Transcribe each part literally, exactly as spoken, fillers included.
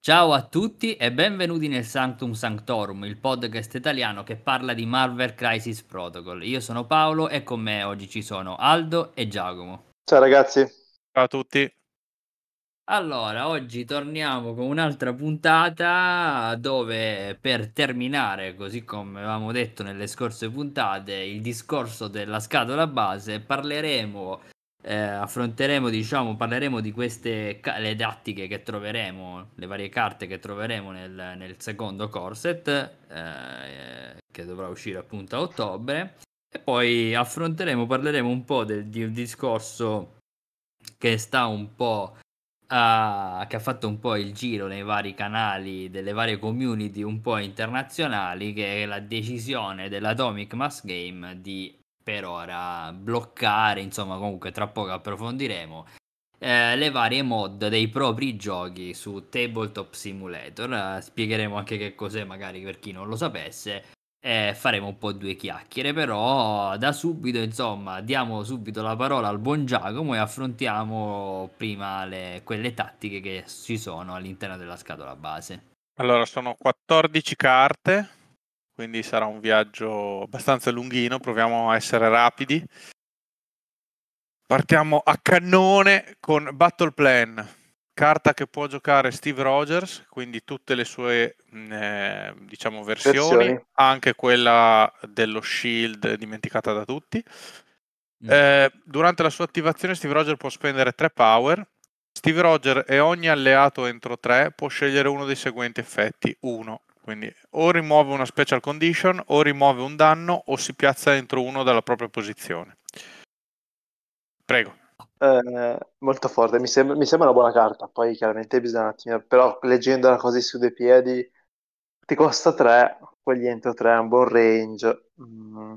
Ciao a tutti e benvenuti nel Sanctum Sanctorum, il podcast italiano che parla di Marvel Crisis Protocol. Io sono Paolo e con me oggi ci sono Aldo e Giacomo. Ciao ragazzi. Ciao a tutti. Allora, oggi torniamo con un'altra puntata dove per terminare, così come avevamo detto nelle scorse puntate, il discorso della scatola base, parleremo, eh, affronteremo, diciamo, parleremo di queste ca- le tattiche che troveremo, le varie carte che troveremo nel, nel secondo corset, eh, che dovrà uscire appunto a ottobre, e poi affronteremo, parleremo un po' del, di un discorso che sta un po' ha che ha fatto un po' il giro nei vari canali delle varie community un po' internazionali, che è la decisione dell'Atomic Mass Game di per ora bloccare, insomma comunque tra poco approfondiremo, eh, le varie mod dei propri giochi su Tabletop Simulator. Eh, spiegheremo anche che cos'è magari per chi non lo sapesse e faremo un po' due chiacchiere, però da subito insomma diamo subito la parola al buon Giacomo e affrontiamo prima le, quelle tattiche che ci sono all'interno della scatola base. Allora, sono quattordici carte, quindi sarà un viaggio abbastanza lunghino, proviamo a essere rapidi. Partiamo a cannone con Battle Plan, carta che può giocare Steve Rogers, quindi tutte le sue eh, diciamo versioni, Versioni. anche quella dello Shield dimenticata da tutti. Mm. Eh, durante la sua attivazione Steve Rogers può spendere tre power. Steve Rogers e ogni alleato entro tre può scegliere uno dei seguenti effetti, uno. Quindi o rimuove una special condition, o rimuove un danno, o si piazza entro uno dalla propria posizione. Prego. Eh, molto forte, mi sembra, mi sembra una buona carta. Poi chiaramente bisogna un attimo, però leggendola così su due piedi ti costa tre, poi gli entro tre è un buon range. Mm,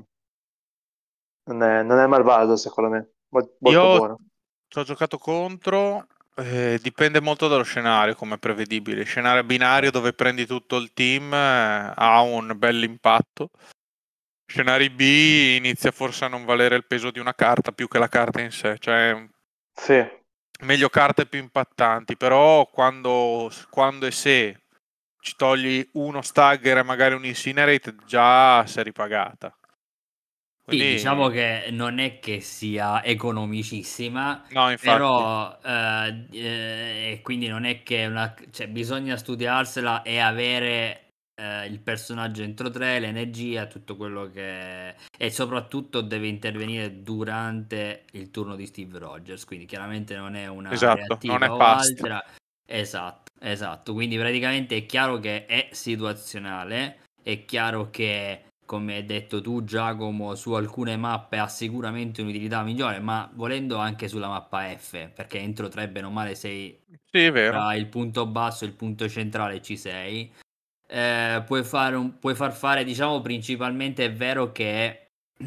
non è, non è malvagio secondo me, Mol- molto Io buono. ci ho giocato contro, eh, dipende molto dallo scenario, come è prevedibile. Scenario binario dove prendi tutto il team eh, ha un bel impatto. Scenari B inizia forse a non valere il peso di una carta più che la carta in sé, cioè Sì, meglio carte più impattanti, però quando, quando e se ci togli uno stagger e magari un incinerate già sei ripagata. Sì, Quindi diciamo che non è che sia economicissima, no, infatti. però eh, eh, e quindi non è che una, cioè, bisogna studiarsela e avere eh, il personaggio entro tre, l'energia, tutto quello che e soprattutto deve intervenire durante il turno di Steve Rogers, quindi chiaramente non è una Esatto, non è reattiva o past. altra. Esatto, esatto. Quindi praticamente è chiaro che è situazionale, è chiaro che come hai detto tu Giacomo, su alcune mappe ha sicuramente un'utilità migliore, ma volendo anche sulla mappa F, perché entro tre bene o male sei Sì, è vero. tra il punto basso e il punto centrale ci sei. Eh, puoi fare un, puoi far fare, diciamo, principalmente è vero che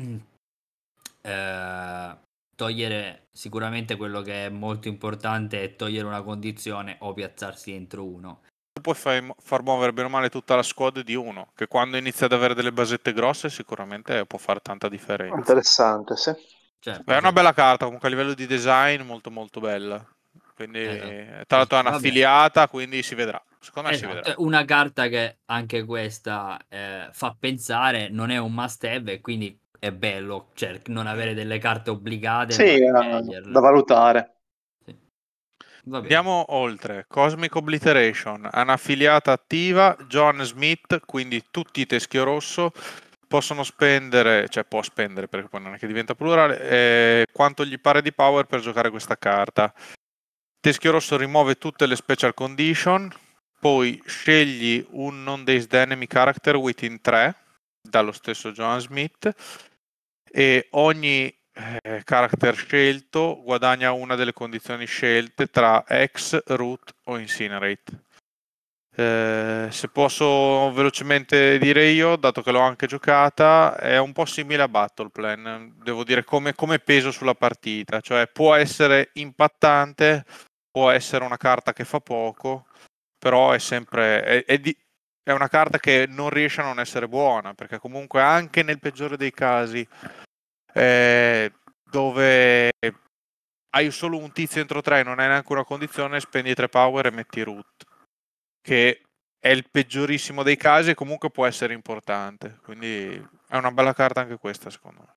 eh, togliere sicuramente quello che è molto importante è togliere una condizione o piazzarsi entro uno. Tu puoi fai- far muovere bene o male tutta la squad di uno, che quando inizia ad avere delle basette grosse sicuramente può fare tanta differenza. interessante, sì. Certo, È una certo, bella carta, comunque a livello di design molto molto bella. Quindi, esatto, tra l'altro è esatto. Vabbè. un'affiliata, quindi si vedrà. Secondo me si Esatto, vedrà. è una carta che anche questa eh, fa pensare, non è un must have e quindi è bello, cioè non avere delle carte obbligate Sì, ma eh, da sceglierle. valutare. Sì. Va bene. Andiamo oltre. Cosmic Obliteration, un'affiliata attiva, John Smith, quindi tutti i teschio rosso possono spendere, cioè può spendere perché poi non è che diventa plurale, eh, quanto gli pare di power per giocare questa carta. Teschio rosso rimuove tutte le special condition, poi scegli un non-dazed enemy character within tre dallo stesso John Smith e ogni eh, character scelto guadagna una delle condizioni scelte tra X, Root o Incinerate. Eh, se posso velocemente dire io, dato che l'ho anche giocata, è un po' simile a Battle Plan, devo dire come, come peso sulla partita, cioè può essere impattante, può essere una carta che fa poco, però è sempre è, è, di, è una carta che non riesce a non essere buona, perché comunque anche nel peggiore dei casi eh, dove hai solo un tizio entro tre, non hai neanche una condizione, spendi tre power e metti root. che è il peggiorissimo dei casi e comunque può essere importante. Quindi è una bella carta anche questa, secondo me.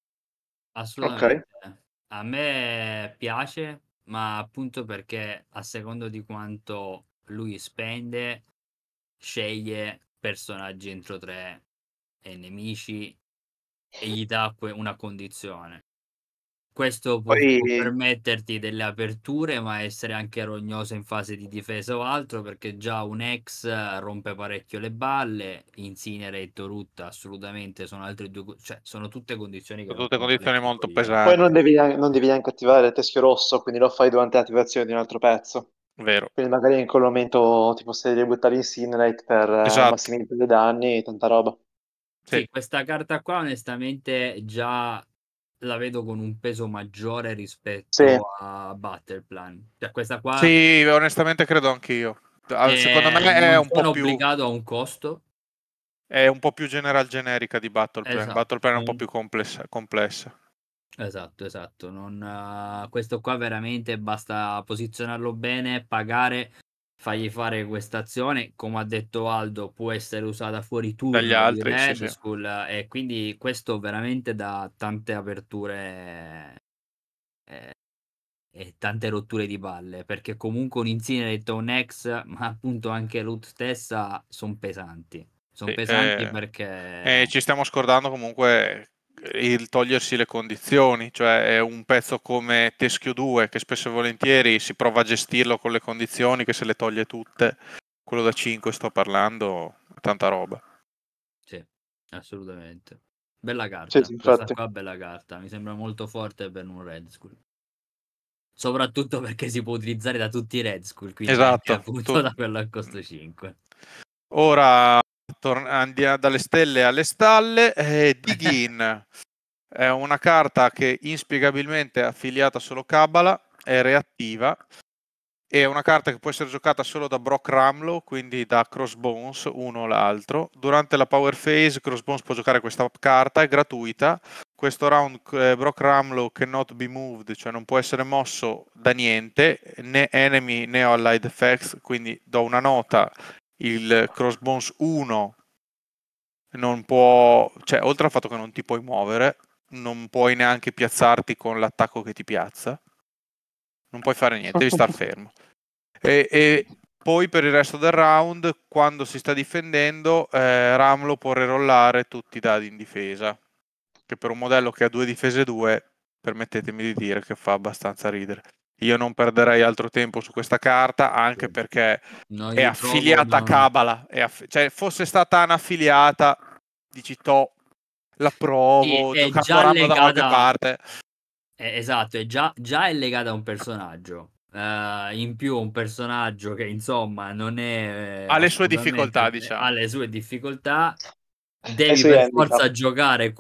Ok. Assolutamente. A me piace, ma appunto perché a secondo di quanto lui spende, sceglie personaggi entro tre e nemici e gli dà que una condizione. Questo può può Poi permetterti delle aperture, ma essere anche rognoso in fase di difesa o altro, perché già un Hex rompe parecchio le balle, Incinerate o Root assolutamente sono altre due co cioè sono tutte condizioni che Sono tutte rompono condizioni parecchio i molto coglioni. Poi non pesanti, devi, neanche- non devi neanche attivare il teschio rosso, quindi lo fai durante l'attivazione di un altro pezzo. vero? Quindi magari in quel momento ti posso dire di buttare Incinerate per eh, Esatto, massimizzare i danni, tanta roba. sì. Sì, questa carta qua onestamente già la vedo con un peso maggiore Sì, rispetto a Battle Plan. Cioè questa qua, Sì, onestamente credo anch'io. Ah, Secondo me ehm, è non un po' sono più, obbligato a un costo. è un po' più general generica di Battle Plan. Esatto. Battle Plan è un po' Non più complessa. complessa. Esatto, esatto. Non questo qua veramente basta posizionarlo bene, pagare, fargli fare questa azione. Come ha detto Aldo, può essere usata fuori Dagli turno di altri, sì, Red sì. Skull e quindi questo veramente dà tante aperture, ehm, e tante rotture di balle, perché comunque un Incinerate o un Hex, ma appunto anche Root stessa son pesanti. Son Sì, pesanti eh, perché e ci stiamo scordando comunque il togliersi le condizioni, cioè è un pezzo come Teschio due che spesso e volentieri si prova a gestirlo con le condizioni, che se le toglie tutte, quello da cinque sto parlando, tanta roba. sì, assolutamente. Bella sì, carta, sì, questa infatti. qua bella carta, mi sembra molto forte per un Red Skull. Soprattutto perché si può utilizzare da tutti i Red Skull, quindi anche Esatto. appunto tu- da quello a costo cinque. Ora tor- andiamo dalle stelle alle stalle. Eh, Digin è una carta che inspiegabilmente è affiliata solo Kabbalah, è reattiva. È una carta che può essere giocata solo da Brock Ramlow, quindi da Crossbones, uno o l'altro. Durante la Power Phase, Crossbones può giocare questa carta, è gratuita. Questo round eh, Brock Ramlow cannot be moved, cioè non può essere mosso da niente, né enemy né allied effects, quindi do una nota, il Crossbones uno non può, cioè oltre al fatto che non ti puoi muovere, non puoi neanche piazzarti con l'attacco che ti piazza, non puoi fare niente, devi star fermo. E, e poi per il resto del round, quando si sta difendendo, eh, Ramlo può rerollare tutti i dadi in difesa, che per un modello che ha due difese due, permettetemi di dire che fa abbastanza ridere. Io non perderei altro tempo su questa carta, anche perché Non è gli trovo affiliata a una Kabbalah, è aff- cioè fosse stata unaffiliata, dici to, la sì, provo, è giocando già Ramlo da qualche legata parte. eh, esatto, è già già è legata a un personaggio. Ehm, in più un personaggio che insomma non è eh, Ha le sue assolutamente difficoltà, eh, ha diciamo. le sue difficoltà. E Devi sui per handicap. forza giocare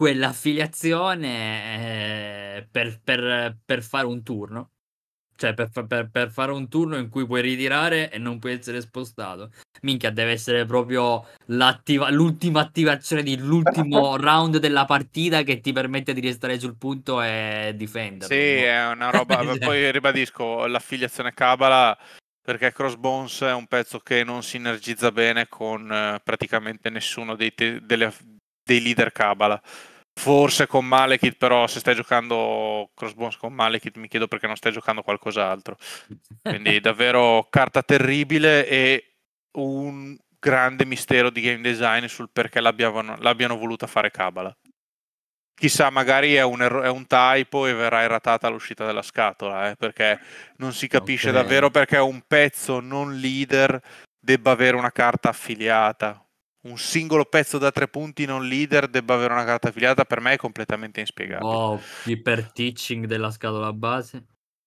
quell'affiliazione, ehm, per per per fare un turno. Cioè per fa per per fare un turno in cui puoi ritirare e non puoi essere spostato. Minchia, deve essere proprio l'attiva l'ultima attivazione dell'ultimo round della partita che ti permette di restare sul punto e Sì, difenderlo, boh. è una roba. Cioè Poi ribadisco l'affiliazione Kabbalah perché Crossbones è un pezzo che non sinergizza bene con eh, praticamente nessuno dei, te- delle- dei leader Kabbalah. Forse con Malekith, però se stai giocando Crossbones con Malekith mi chiedo perché non stai giocando qualcos'altro. Quindi davvero carta terribile e un grande mistero di game design sul perché l'abbiano, l'abbiano voluta fare Kabbalah. Chissà, magari è un, erro- è un typo e verrà erratata all'uscita della scatola, eh, perché non si non capisce davvero credo. perché un pezzo non leader debba avere una carta affiliata. Un singolo pezzo da tre punti non leader debba avere una carta affiliata, per me è completamente inspiegabile. Boh, iper teaching della scatola base.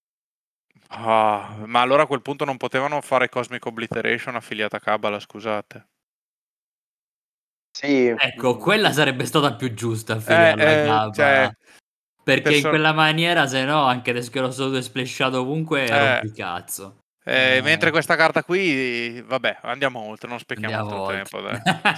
Ah, ma allora a quel punto non potevano fare Cosmic Obliteration affiliata a Kabbalah, scusate. Sì, Ecco, mm, quella sarebbe stata più giusta Eh, affiliarla a eh, cioè, Cabala. Perché in perso- quella maniera, se no, anche Teschio Rosso due splashato ovunque eh, rompi il cazzo. eh, mentre Eh, questa carta qui, vabbè, andiamo oltre, non sprechiamo andiamo altro oltre. tempo, dai.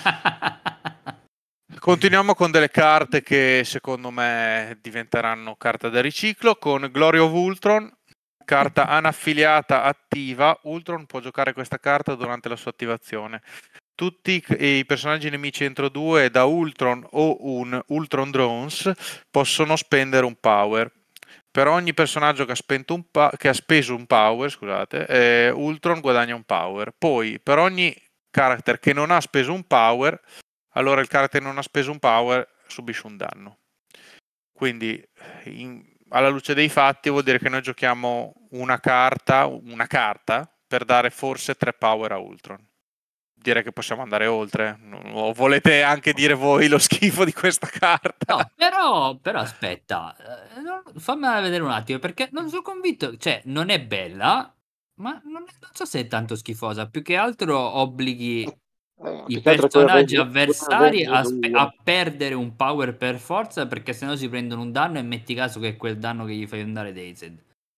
Continuiamo con delle carte che secondo me diventeranno carta da riciclo con Glory of Ultron, Carta anaffiliata attiva. Ultron può giocare questa carta durante la sua attivazione. Tutti i personaggi nemici entro due da Ultron o un Ultron Drones possono spendere un power. Per ogni personaggio che ha, spento un pa- che ha speso un power, scusate, eh, Ultron guadagna un power. Poi per ogni character che non ha speso un power, allora il character che non ha speso un power subisce un danno. Quindi in, alla luce dei fatti vuol dire che noi giochiamo una carta, una carta per dare forse tre power a Ultron. Direi che possiamo andare oltre. O volete anche dire voi lo schifo di questa carta? No, però, però aspetta, eh, non- fammela vedere un attimo perché non sono convinto, cioè non è bella, ma non, è- non so se è tanto schifosa, più che altro obblighi Eh, i più che altro è quel personaggi range, quel avversari range a, spe- a due. perdere un power per forza perché sennò si prendono un danno e metti caso che è quel danno che gli fai andare Dazed.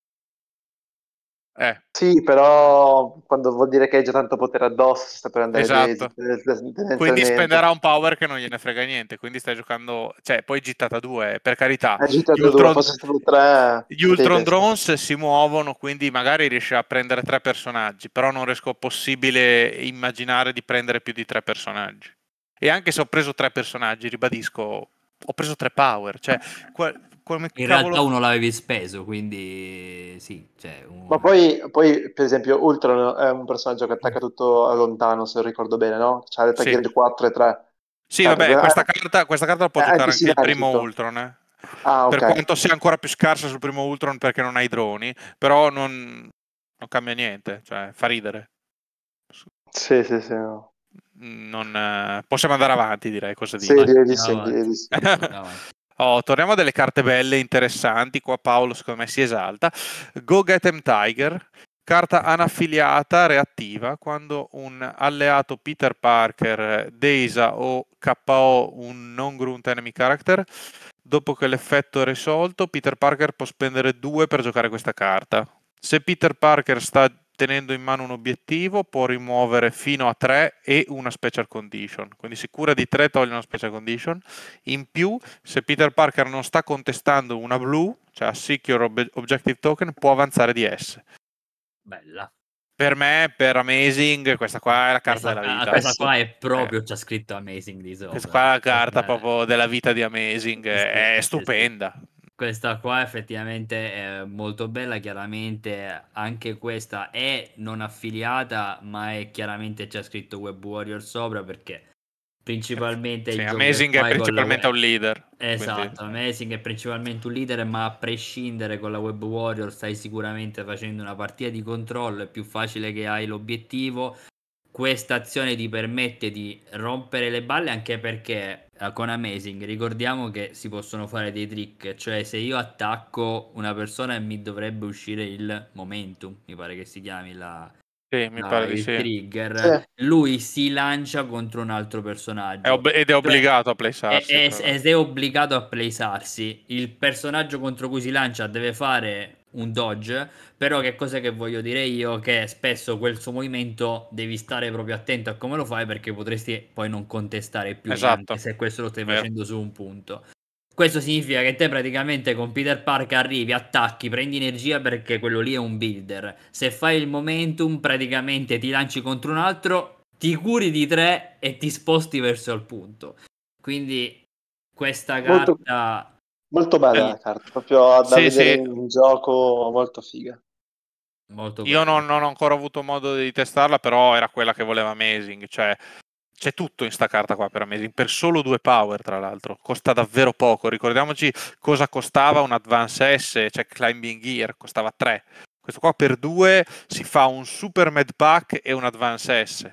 Eh, Sì, però quando vuol dire che hai già tanto potere addosso, si sta per andare Daisy, esatto. Quindi tendenzialmente. spenderà un power che non gliene frega niente. Quindi stai giocando, cioè, poi gittata due, per carità. Hai Gli girato due, Ultron, fosse stato tre, gli potevi Ultron pensare. Drones si muovono, quindi magari riesci a prendere tre personaggi. Però non riesco possibile immaginare di prendere più di tre personaggi. E anche se ho preso tre personaggi, ribadisco, ho preso tre power. Cioè, qua- come In cavolo. realtà uno l'avevi speso, quindi sì, cioè, Ma un- poi, poi, per esempio, Ultron è un personaggio che attacca tutto a lontano, se ricordo bene, no? C'ha le Sì. attacchi quattro e tre. Sì, Cioè, vabbè, è, questa carta, questa carta la può è giocare anche il primo antisinergico. Ultron, eh. Ah, Per ok. quanto sia ancora più scarsa sul primo Ultron perché non ha i droni, però non, non cambia niente, cioè fa ridere. Sì, sì, sì. No. Non, eh, possiamo andare avanti, direi, cosa Sì, dici? direi di andiamo sì, direi avanti, di sì. andiamo avanti. Oh, torniamo a delle carte belle, interessanti. Qua Paolo secondo me si esalta. Go Get 'em Tiger, carta anaffiliata reattiva. Quando un alleato Peter Parker deisa o K O un non grunt enemy character, dopo che l'effetto è risolto, Peter Parker può spendere due per giocare questa carta. Se Peter Parker sta tenendo in mano un obiettivo, può rimuovere fino a tre e una special condition. Quindi si cura di tre, toglie una special condition. In più, se Peter Parker non sta contestando una blu, cioè a Secure ob- Objective Token, può avanzare di S. Bella. Per me, per Amazing, questa qua è la carta Questa, della ah, vita. Eh questa sì. qua è Eh, proprio, c'è scritto Amazing di questa qua è sopra. la carta Eh, proprio della vita di Amazing, sì, sì, è sì, sì. stupenda. Questa qua effettivamente è molto bella, chiaramente anche questa è non affiliata, ma è chiaramente c'è scritto Web Warrior sopra perché principalmente Sì, il gioco che Amazing è fai con la principalmente web. un leader. Quindi, Esatto, Amazing è principalmente un leader, ma a prescindere con la Web Warrior stai sicuramente facendo una partita di controllo, è più facile che hai l'obiettivo. Questa azione ti permette di rompere le balle anche perché eh, con Amazing ricordiamo che si possono fare dei trick, cioè se io attacco una persona e mi dovrebbe uscire il momentum, mi pare che si chiami la, sì, mi la- pare di il sì. Sì. trigger, lui si lancia contro un altro È personaggio. ob- ed è Cioè, obbligato a è, playsarsi, è, tra è- l'altro. è obbligato a playsarsi. Il personaggio contro cui si lancia deve fare un dodge. Però che cosa che voglio dire io? Che spesso quel suo movimento devi stare proprio attento a come lo fai perché potresti poi non contestare più, neanche Esatto, se questo lo stai vero. facendo su un punto. Questo significa che te praticamente con Peter Parker arrivi, attacchi, prendi energia perché quello lì è un builder. Se fai il momentum, praticamente ti lanci contro un altro, ti curi di tre e ti sposti verso il punto. Quindi questa Molto, carta molto bella Eh, la carta, proprio da Sì, vedere sì, in gioco, molto figa. molto io bella. non, non ho ancora avuto modo di testarla, però era quella che voleva Amazing, cioè c'è tutto in sta carta qua per Amazing, per solo due power tra l'altro, costa davvero poco, ricordiamoci cosa costava un Advance S, cioè Climbing Gear, costava tre, questo qua per due si fa un Super Med Pack e un Advance S,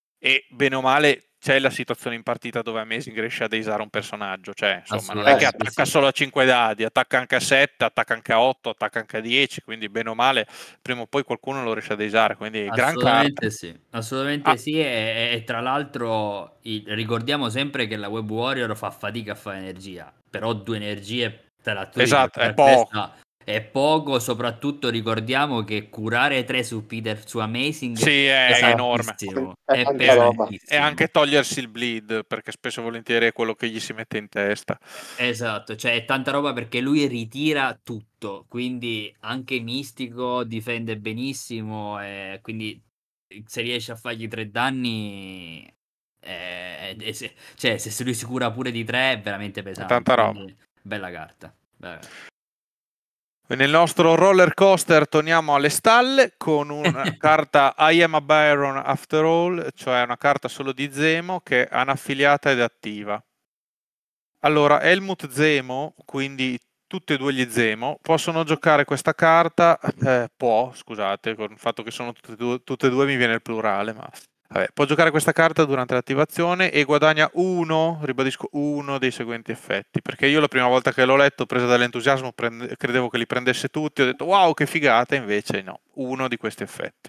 e bene o male c'è la situazione in partita dove Amazing riesce a deisare un personaggio, cioè insomma non è Eh che sì. Assolutamente attacca sì. solo a cinque dadi, attacca anche a sette, attacca anche a otto, attacca anche a dieci, quindi bene o male prima o poi qualcuno lo riesce a deisare, quindi gran carta. Assolutamente sì, assolutamente Ah, sì e, e- e tra l'altro il- ricordiamo sempre che la Web Warrior fa fatica a fare energia, però due energie te la tu dici, esatto, è per poco. testa è poco, soprattutto ricordiamo che curare tre su Peter su Amazing Sì, è è enorme. pesantissimo, È è tanta roba. E pesantissimo. anche togliersi il bleed, perché spesso e volentieri è quello che gli si mette in testa. Esatto, cioè è tanta roba perché lui ritira tutto, quindi anche Mistico difende benissimo e quindi se riesce a fargli tre danni, eh, eh, se, cioè se lui si cura pure di tre è veramente È pesante, tanta roba. quindi bella carta. Bella carta. Nel nostro roller coaster torniamo alle stalle con una carta I am a Byron after all, cioè una carta solo di Zemo che è anaffiliata ed attiva. Allora, Helmut Zemo, quindi tutti e due gli Zemo, possono giocare questa carta, eh, può, scusate, con il fatto che sono tutte e due, tutte e due mi viene il plurale, ma vabbè, può giocare questa carta durante l'attivazione e guadagna uno, ribadisco, uno dei seguenti effetti, perché io la prima volta che l'ho letto, presa dall'entusiasmo, prende, credevo che li prendesse tutti, ho detto wow che figata, invece no, uno di questi effetti.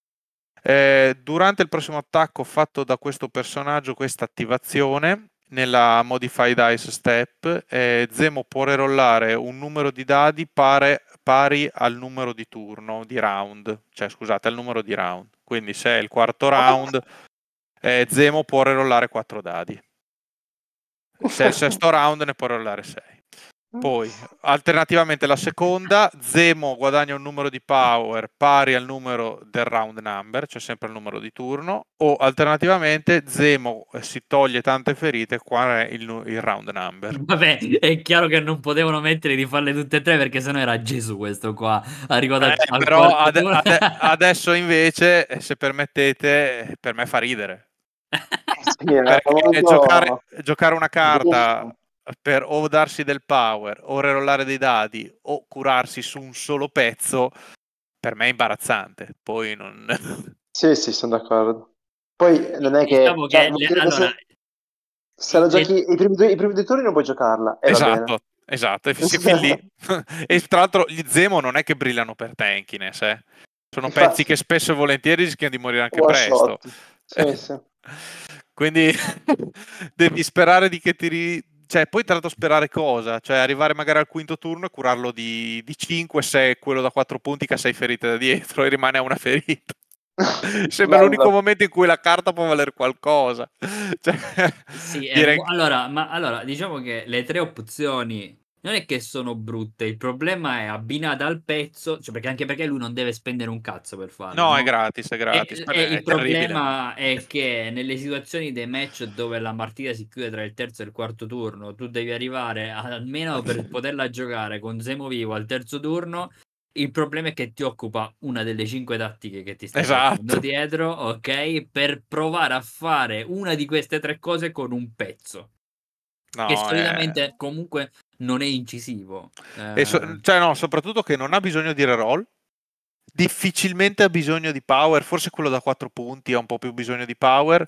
Eh, durante il prossimo attacco fatto da questo personaggio, questa attivazione, nella Modified Dice Step, eh, Zemo può rerollare un numero di dadi pare, pari al numero di turno, di round, cioè scusate, al numero di round. Quindi se è il quarto round, eh, Zemo può rerollare quattro dadi. Se è il sesto round ne può rerollare sei. Poi, alternativamente la seconda, Zemo guadagna un numero di power pari al numero del round number, cioè sempre il numero di turno, o alternativamente Zemo si toglie tante ferite, qua è il, il round number. Vabbè, è chiaro che non potevano mettere di farle tutte e tre perché sennò era Gesù questo qua, arrivato Eh, al però quarto ade- turno. ade- adesso invece, se permettete, per me fa ridere. Sì, è Perché giocare, molto giocare una carta giusto. per o darsi del power, o rerollare dei dadi, o curarsi su un solo pezzo, per me è imbarazzante. Poi non... Sì, sì, sono d'accordo. Poi non è che, Diciamo cioè, che vuol le, dire che allora se, se lo le, giochi i primi due, i primi due turni non puoi giocarla e va bene. Esatto, esatto, e si è fin lì. E tra l'altro gli Zemo non è che brillano per tankiness, eh. Sono pezzi che Infatti, spesso e volentieri rischiano di morire anche one presto. shot. Sì, sì. Quindi devi sperare di che ti ri... Cioè, poi tra l'altro sperare cosa? Cioè, arrivare magari al quinto turno e curarlo di, di cinque se è quello da quattro punti che ha sei ferite da dietro e rimane a una ferita. Sembra l'unico Bello. momento in cui la carta può valere qualcosa. Cioè, sì, è direi mo- che... allora, ma allora diciamo che le tre opzioni non è che sono brutte, il problema è abbinata al pezzo, cioè perché anche perché lui non deve spendere un cazzo per farlo, No, è no? gratis, è gratis. E, Per e me il è terribile. problema è che nelle situazioni dei match dove la partita si chiude tra il terzo e il quarto turno, tu devi arrivare a- almeno per poterla giocare con Zemo vivo al terzo turno. Il problema è che ti occupa una delle cinque tattiche che ti stai portando Esatto. dietro, ok? Per provare a fare una di queste tre cose con un pezzo, che No, è... solitamente comunque non è incisivo. e so- Eh, cioè, no, soprattutto che non ha bisogno di reroll. Difficilmente ha bisogno di power. Forse quello da quattro punti ha un po' più bisogno di power.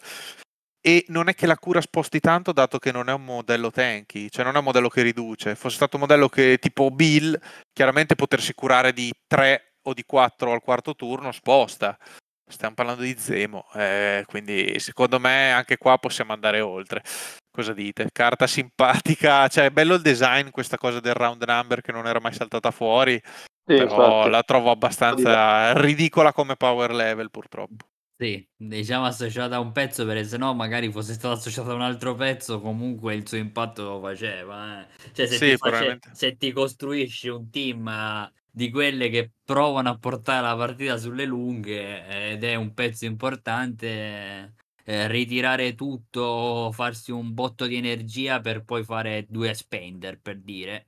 E non è che la cura sposti tanto, dato che non è un modello tanky, cioè non è un modello che riduce. Fosse stato un modello che tipo Bill, chiaramente potersi curare di tre o di quattro al quarto turno sposta. Stiamo parlando di Zemo, eh, quindi secondo me anche qua possiamo andare oltre. Cosa dite? Carta simpatica, cioè è bello il design, questa cosa del round number che non era mai saltata fuori, Sì, però infatti. la trovo Oddio. abbastanza ridicola come power level purtroppo. Sì, diciamo associata a un pezzo perché se no magari fosse stato associato a un altro pezzo comunque il suo impatto lo faceva, eh. Cioè se ti Sì, face probabilmente. se ti costruisci un team eh, di quelle che provano a portare la partita sulle lunghe eh, ed è un pezzo importante, eh, ritirare tutto, farsi un botto di energia per poi fare due spender, per dire.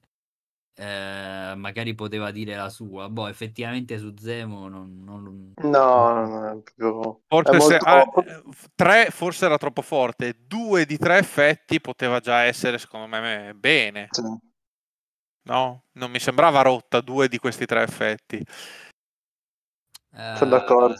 Eh, magari poteva dire la sua. Boh, effettivamente su Zemo non, non- No, no, no, è proprio... È Forse se, molto... ah, tre forse era troppo forte, due di tre effetti poteva già essere secondo me bene, Sì, no? Non mi sembrava rotta due di questi tre effetti. sono eh, d'accordo.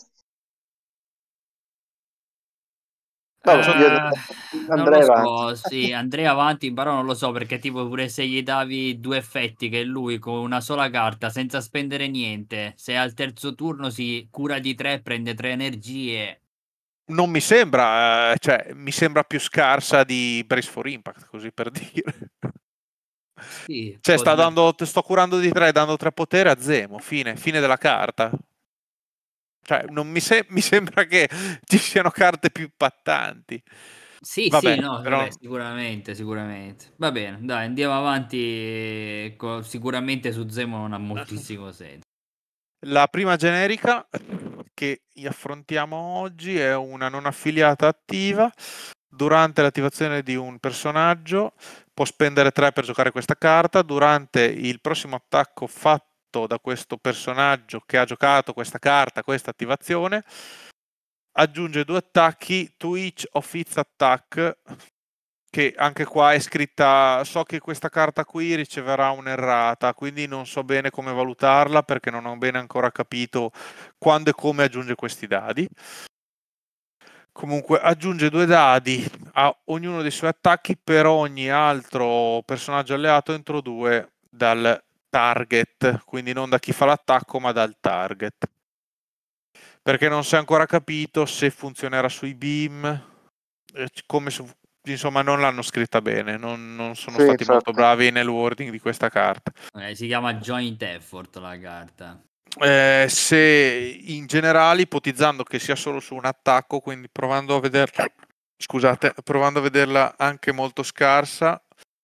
No, io Eh, non lo andrei avanti. so, sì, andrei avanti, però non lo so perché tipo pure se gli davi due effetti che lui con una sola carta senza spendere niente, se al terzo turno si cura di tre, prende tre energie. Non mi sembra, eh, cioè, mi sembra più scarsa di Brace for Impact, così per dire. Sì, Cioè, sta potrebbe- dando, sto curando di tre, dando tre potere a Zemo, fine, fine della carta. Cioè, non mi, se- mi sembra che ci siano carte più impattanti. Sì, sì, Vabbè, no, però vabbè, sicuramente, sicuramente. Va bene, dai, andiamo avanti. co- Sicuramente su Zemo non ha moltissimo senso. la prima generica che affrontiamo oggi è una non affiliata attiva. Durante l'attivazione di un personaggio può spendere tre per giocare questa carta. Durante il prossimo attacco fatto da questo personaggio che ha giocato questa carta, questa attivazione, aggiunge due attacchi to each of its attack, che anche qua è scritta, so che questa carta qui riceverà un'errata, quindi non so bene come valutarla perché non ho bene ancora capito quando e come aggiunge questi dadi. Comunque aggiunge due dadi a ognuno dei suoi attacchi per ogni altro personaggio alleato entro due dal target, quindi non da chi fa l'attacco ma dal target. Perché non si è ancora capito se funzionerà sui beam, eh, come su- insomma non l'hanno scritta bene, non, non sono Sì, stati molto infatti. bravi nel wording di questa carta. Eh, si chiama Joint Effort la carta. Eh, se in generale, ipotizzando che sia solo su un attacco, quindi provando a vederla, scusate, provando a vederla anche molto scarsa,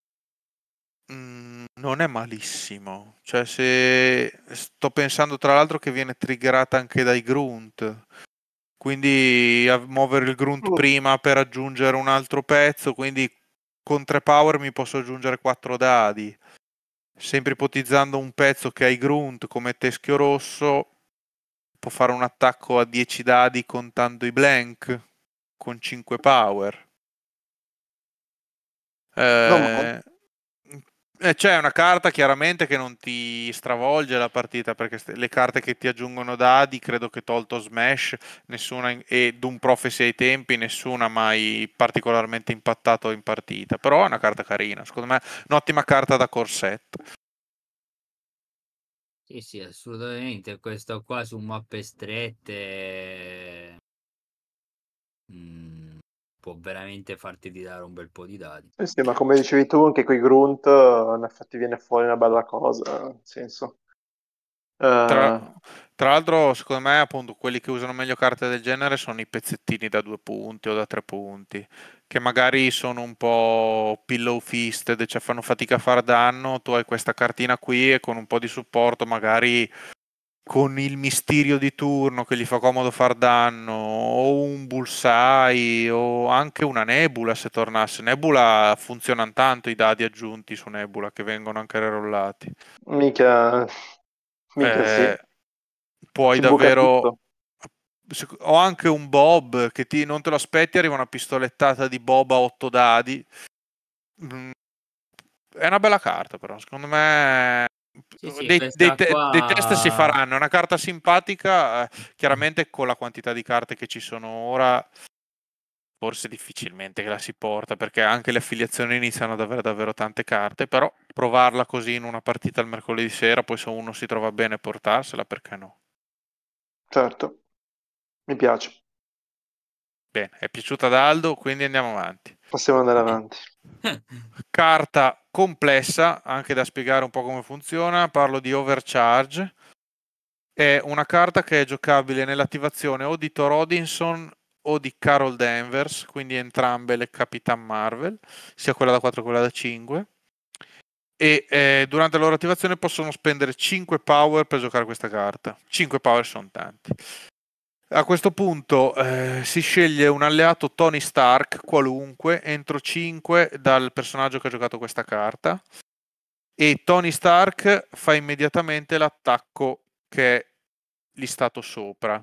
mm, non è malissimo. Cioè, se sto pensando tra l'altro che viene triggerata anche dai grunt, quindi a muovere il grunt Mm, prima per aggiungere un altro pezzo, quindi con tre power mi posso aggiungere quattro dadi. Sempre ipotizzando un pezzo che ha i grunt come teschio rosso, può fare un attacco a dieci dadi contando i blank con cinque power. non male. Eh, eh, c'è una carta chiaramente che non ti stravolge la partita perché st- le carte che ti aggiungono dadi, credo che tolto Smash, nessuna in- e Doom Prophecy ai tempi, nessuna ha mai particolarmente impattato in partita. Però è una carta carina, secondo me un'ottima carta da corsetto. Sì, sì, assolutamente. Questo qua su mappe strette mm, può veramente farti tirare un bel po' di dadi. Sì, sì, ma come dicevi tu, anche con i grunt, eh, in effetti viene fuori una bella cosa, nel senso. Tra, Eh, tra l'altro, secondo me, appunto, quelli che usano meglio carte del genere sono i pezzettini da due punti o da tre punti, che magari sono un po' pillow fisted, cioè fanno fatica a fare danno. Tu hai questa cartina qui e con un po' di supporto, magari con il misterio di turno che gli fa comodo far danno, o un bullseye, o anche una nebula se tornasse. Nebula funzionano tanto i dadi aggiunti su Nebula che vengono anche rerollati. mica, mica sì, Eh, puoi si buca davvero. tutto. Ho anche un Bob che ti, non te lo aspetti, arriva una pistolettata di Bob a otto dadi. Mm, È una bella carta, però secondo me Sì, sì, dei, dei questa te- dei test si qua. faranno. È una carta simpatica, eh, chiaramente con la quantità di carte che ci sono ora. Forse difficilmente che la si porta perché anche le affiliazioni iniziano ad avere davvero tante carte, però provarla così in una partita il mercoledì sera, poi se uno si trova bene portarsela, perché no? Certo, mi piace. Bene, è piaciuta ad Aldo, quindi andiamo avanti. Possiamo andare avanti. Carta complessa, anche da spiegare un po' come funziona, parlo di Overcharge. È una carta che è giocabile nell'attivazione o di Thor Odinson o di Carol Danvers, quindi entrambe le Capitan Marvel, sia quella da quattro che quella da cinque. E eh, durante la loro attivazione possono spendere cinque power per giocare questa carta. cinque power sono tanti. A questo punto eh, si sceglie un alleato Tony Stark qualunque entro cinque dal personaggio che ha giocato questa carta e Tony Stark fa immediatamente l'attacco che è listato sopra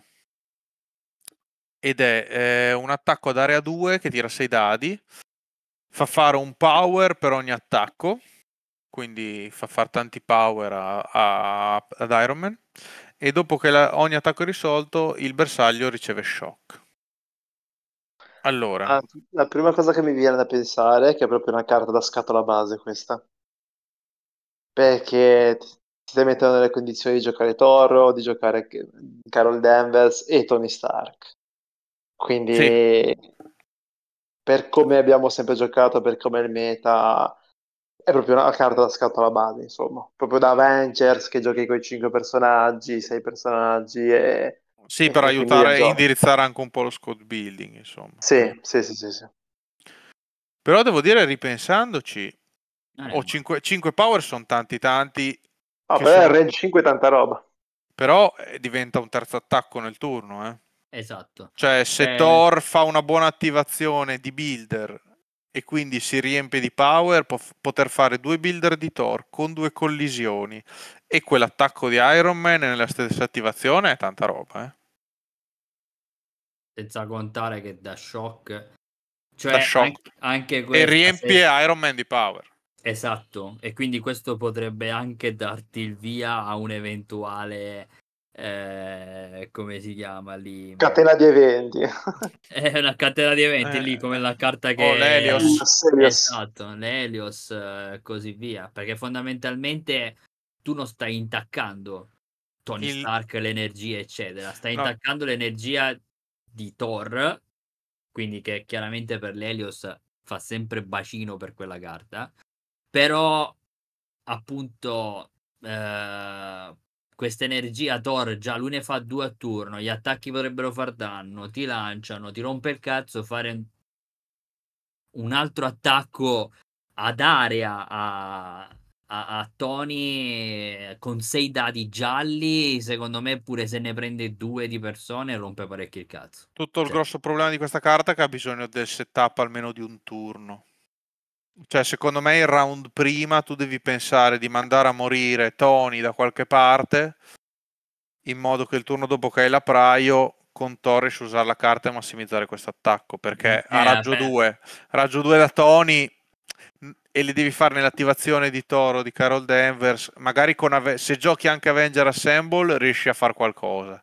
ed è eh, un attacco ad area due che tira sei dadi, fa fare un power per ogni attacco, quindi fa fare tanti power a, a, ad Iron Man e dopo che la, ogni attacco è risolto il bersaglio riceve shock. Allora, Ah, la prima cosa che mi viene da pensare è che è proprio una carta da scatola base questa, perché ti ti stai mettendo nelle condizioni di giocare Toro, di giocare Carol Danvers e Tony Stark. sì, Quindi per come abbiamo sempre giocato, per come è il meta, è proprio una carta da scatola base, insomma, proprio da Avengers che giochi con i cinque personaggi, sei personaggi e, Sì, e per che quindi aiutare e giochi. indirizzare anche un po' lo squad building, insomma. Sì, sì, sì, sì, sì. Però devo dire, ripensandoci, Non è oh, male. cinque power sono tanti tanti, Oh, che però il sono... range cinque è tanta roba. però eh, diventa un terzo attacco nel turno, eh. Esatto. Cioè, se Eh, Thor fa una buona attivazione di builder e quindi si riempie di power, può f- poter fare due builder di Thor con due collisioni e quell'attacco di Iron Man nella stessa attivazione è tanta roba, eh. senza contare che da shock, Da cioè shock. anche, anche E questa, riempie se... Iron Man di power. Esatto, e quindi questo potrebbe anche darti il via a un eventuale, eh, come si chiama lì? Catena di eventi. È una catena di eventi lì, come Eh, la carta oh, che... l'Helios. Serious. Esatto, l'Helios e così via, perché fondamentalmente tu non stai intaccando Tony Il... Stark, l'energia, eccetera, stai No, intaccando l'energia di Thor, quindi che chiaramente per l'Helios fa sempre bacino per quella carta, però appunto eh, questa energia Thor già lui ne fa due a turno, gli attacchi potrebbero far danno, ti lanciano, ti rompe il cazzo, fare un altro attacco ad area a, a, a Tony con sei dadi gialli, secondo me pure se ne prende due di persone rompe parecchio il cazzo. tutto il Cioè, grosso problema di questa carta è che ha bisogno del setup almeno di un turno. Cioè, secondo me il round prima tu devi pensare di mandare a morire Tony da qualche parte, in modo che il turno dopo che hai la Praio con Thor riesci a usare la carta e massimizzare questo attacco, perché a eh, raggio vabbè, due, raggio due da Tony mh, e li devi fare nell'attivazione di Thor o di Carol Danvers, magari con Ave- se giochi anche Avenger Assemble riesci a fare qualcosa.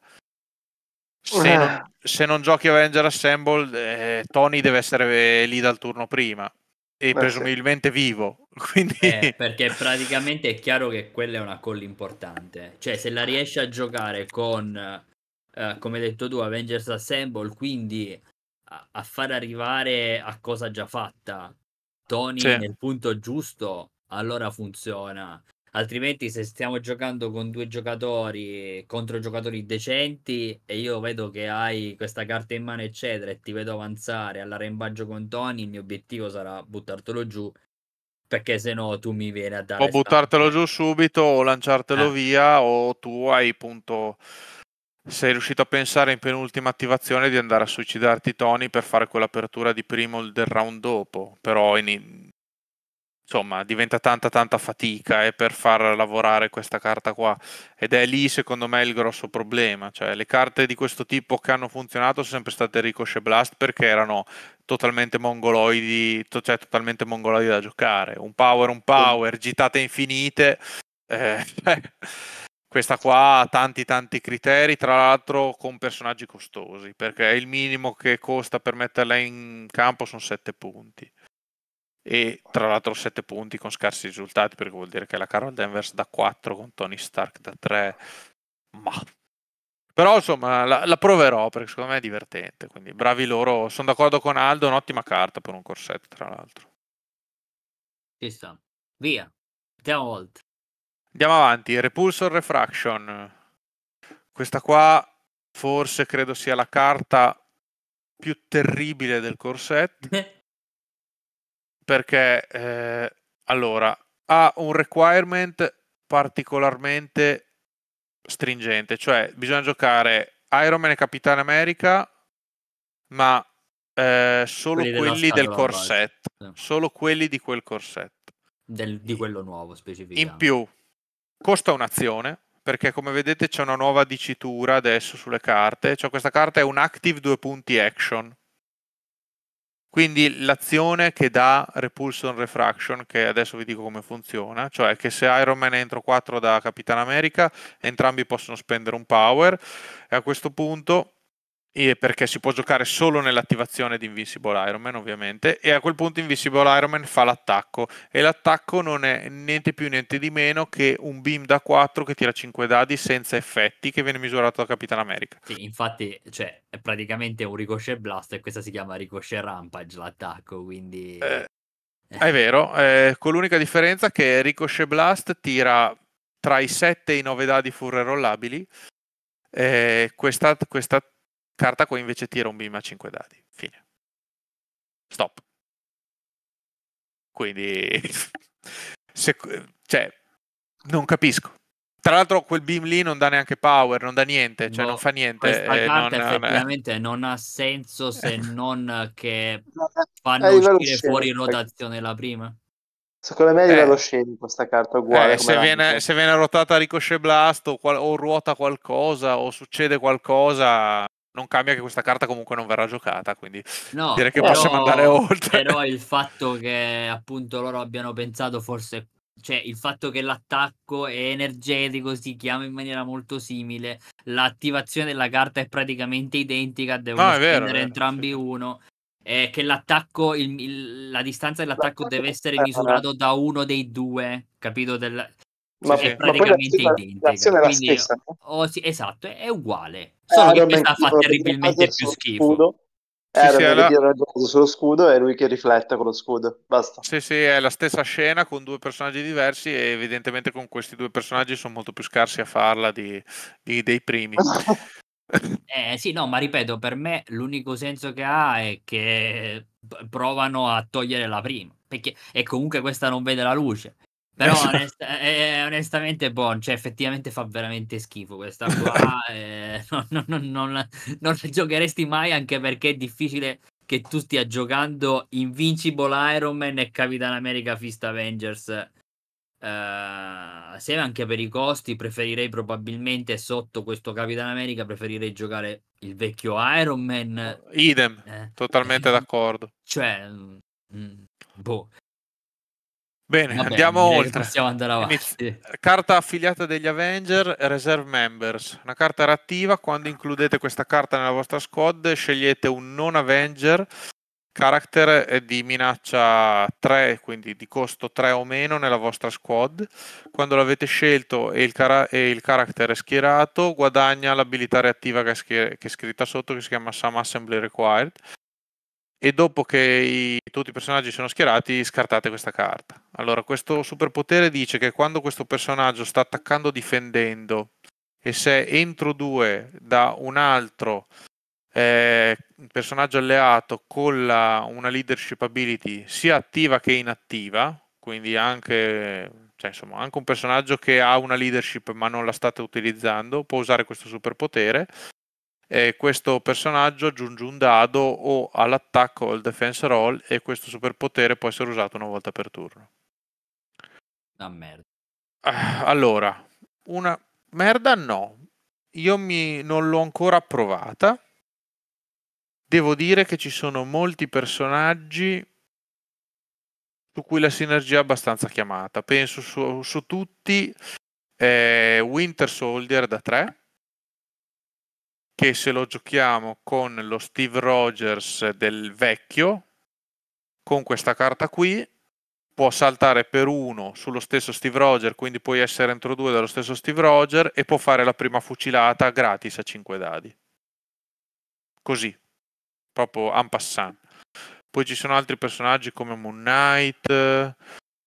Se non, Eh, se non giochi Avenger Assemble, eh, Tony deve essere lì dal turno prima e eh sì. presumibilmente vivo. Quindi eh, perché praticamente è chiaro che quella è una call importante. Cioè, se la riesci a giocare con, eh, come hai detto tu, Avengers Assemble, quindi a, a far arrivare a cosa già fatta Tony sì, nel punto giusto, allora funziona. Altrimenti, se stiamo giocando con due giocatori contro giocatori decenti e io vedo che hai questa carta in mano, eccetera, e ti vedo avanzare all'arrembaggio con Tony, il mio obiettivo sarà buttartelo giù, perché se no tu mi vieni a o dare buttartelo stante. giù subito o lanciartelo Eh, via o tu hai punto sei riuscito a pensare in penultima attivazione di andare a suicidarti Tony per fare quell'apertura di primo del round dopo, però in- insomma diventa tanta tanta fatica e per far lavorare questa carta qua ed è lì secondo me il grosso problema, cioè le carte di questo tipo che hanno funzionato sono sempre state Ricochet Blast perché erano totalmente mongoloidi, to- cioè totalmente mongoloidi da giocare, un power un power, gitate infinite, eh, questa qua ha tanti tanti criteri, tra l'altro con personaggi costosi, perché il minimo che costa per metterla in campo sono sette punti e tra l'altro sette punti con scarsi risultati perché vuol dire che la Carol Danvers da quattro con Tony Stark da tre, ma però insomma la, la proverò perché secondo me è divertente, quindi bravi loro, sono d'accordo con Aldo, un'ottima carta per un corsetto tra l'altro. ci sta. Via. Andiamo oltre. Andiamo avanti, Repulsor Refraction, questa qua forse credo sia la carta più terribile del corset perché eh, allora ha un requirement particolarmente stringente, cioè bisogna giocare Iron Man e Capitano America, ma eh, solo Quelli della quelli del scatola base. corset, solo quelli di quel corset. Del, di quello nuovo, In specifichiamo. più, costa un'azione, perché come vedete c'è una nuova dicitura adesso sulle carte, cioè questa carta è un active due punti action. Quindi l'azione che dà Repulsion Refraction, che adesso vi dico come funziona, cioè che se Iron Man è entro quattro da Capitan America, entrambi possono spendere un power e a questo punto, e perché si può giocare solo nell'attivazione di Invincible Iron Man ovviamente, e a quel punto Invincible Iron Man fa l'attacco e l'attacco non è niente più niente di meno che un beam da quattro che tira cinque dadi senza effetti che viene misurato da Capitan America. Sì, infatti, cioè, è praticamente un Ricochet Blast e questa si chiama Ricochet Rampage l'attacco, quindi... Eh, È vero, eh, con l'unica differenza che Ricochet Blast tira tra i sette e i nove dadi furre rollabili, eh, questa, questa carta qua invece tira un beam a cinque dadi. Fine. Stop. Quindi, se, cioè, non capisco. Tra l'altro quel beam lì non dà neanche power, non dà niente, cioè Boh, non fa niente. questa eh, non, carta non- effettivamente non ha senso se non che È fanno a livello uscire fuori scenico. rotazione la prima. Secondo me a livello eh, scenico questa carta è uguale eh, come se, viene, l'altra. se viene rotata Ricochet Blast o, qual- o ruota qualcosa o succede qualcosa, non cambia che questa carta comunque non verrà giocata, quindi No, direi che possiamo andare però, oltre. però il fatto che appunto loro abbiano pensato forse, cioè il fatto che l'attacco è energetico, si chiama in maniera molto simile, l'attivazione della carta è praticamente identica, devono No, è vero, è spendere vero. Sì, entrambi sì. uno, e che l'attacco, il- il- la distanza dell'attacco deve essere Eh, misurato da uno dei due, capito? Del- Sì, ma, è sì. ma poi praticamente l'azione, identica, l'azione è la quindi stessa, no? oh, sì, esatto, è, è uguale, È solo che Iron Man questa che fa tira un terribilmente laser più sullo schifo. scudo, Sì, sì, Iron è Man che la, tira un laser sullo scudo e lui che riflette con lo scudo. Basta. sì, sì, è la stessa scena con due personaggi diversi e evidentemente con questi due personaggi sono molto più scarsi a farla di, di- dei primi. Eh sì, no, ma ripeto, per me l'unico senso che ha è che p provano a togliere la prima, perché e comunque questa non vede la luce. Però Esatto. onest ehm, onestamente, boh, cioè effettivamente fa veramente schifo questa qua, ehm, no no no non non la giocheresti mai, anche perché è difficile che tu stia giocando Invincible Iron Man e Capitan America Fist Avengers. Ehm, se anche per i costi preferirei probabilmente sotto questo Capitan America, preferirei giocare il vecchio Iron Man, Idem, eh, totalmente d'accordo. cioè, mhmm, mhmm, boh. Bene, Va bene, andiamo direi che oltre. possiamo andare Iniz- avanti. Carta affiliata degli Avenger, Reserve Members. Una carta reattiva, quando includete questa carta nella vostra squad, scegliete un non Avenger, character di minaccia tre, quindi di costo tre o meno nella vostra squad. Quando l'avete scelto e il, cara- e il character è schierato, guadagna l'abilità reattiva che è, schier- che è scritta sotto, che si chiama Some Assembly Required. E dopo che i, tutti i personaggi sono schierati, scartate questa carta. Allora, questo superpotere dice che quando questo personaggio sta attaccando o difendendo e se entro due da un altro eh, personaggio alleato con la, una leadership ability sia attiva che inattiva, quindi anche, cioè, insomma, anche un personaggio che ha una leadership ma non la state utilizzando può usare questo superpotere. E questo personaggio aggiunge un dado o all'attacco o al defense roll e questo superpotere può essere usato una volta per turno. Ah, merda. Ah, Allora, una merda no. Io mi, non l'ho ancora provata. Devo dire che ci sono molti personaggi su cui la sinergia è abbastanza chiamata. Penso su, su tutti eh, Winter Soldier da tre, che se lo giochiamo con lo Steve Rogers del vecchio, con questa carta qui può saltare per uno sullo stesso Steve Rogers, quindi puoi essere entro due dallo stesso Steve Rogers e può fare la prima fucilata gratis a cinque dadi. Così, proprio en passant. Poi ci sono altri personaggi come Moon Knight,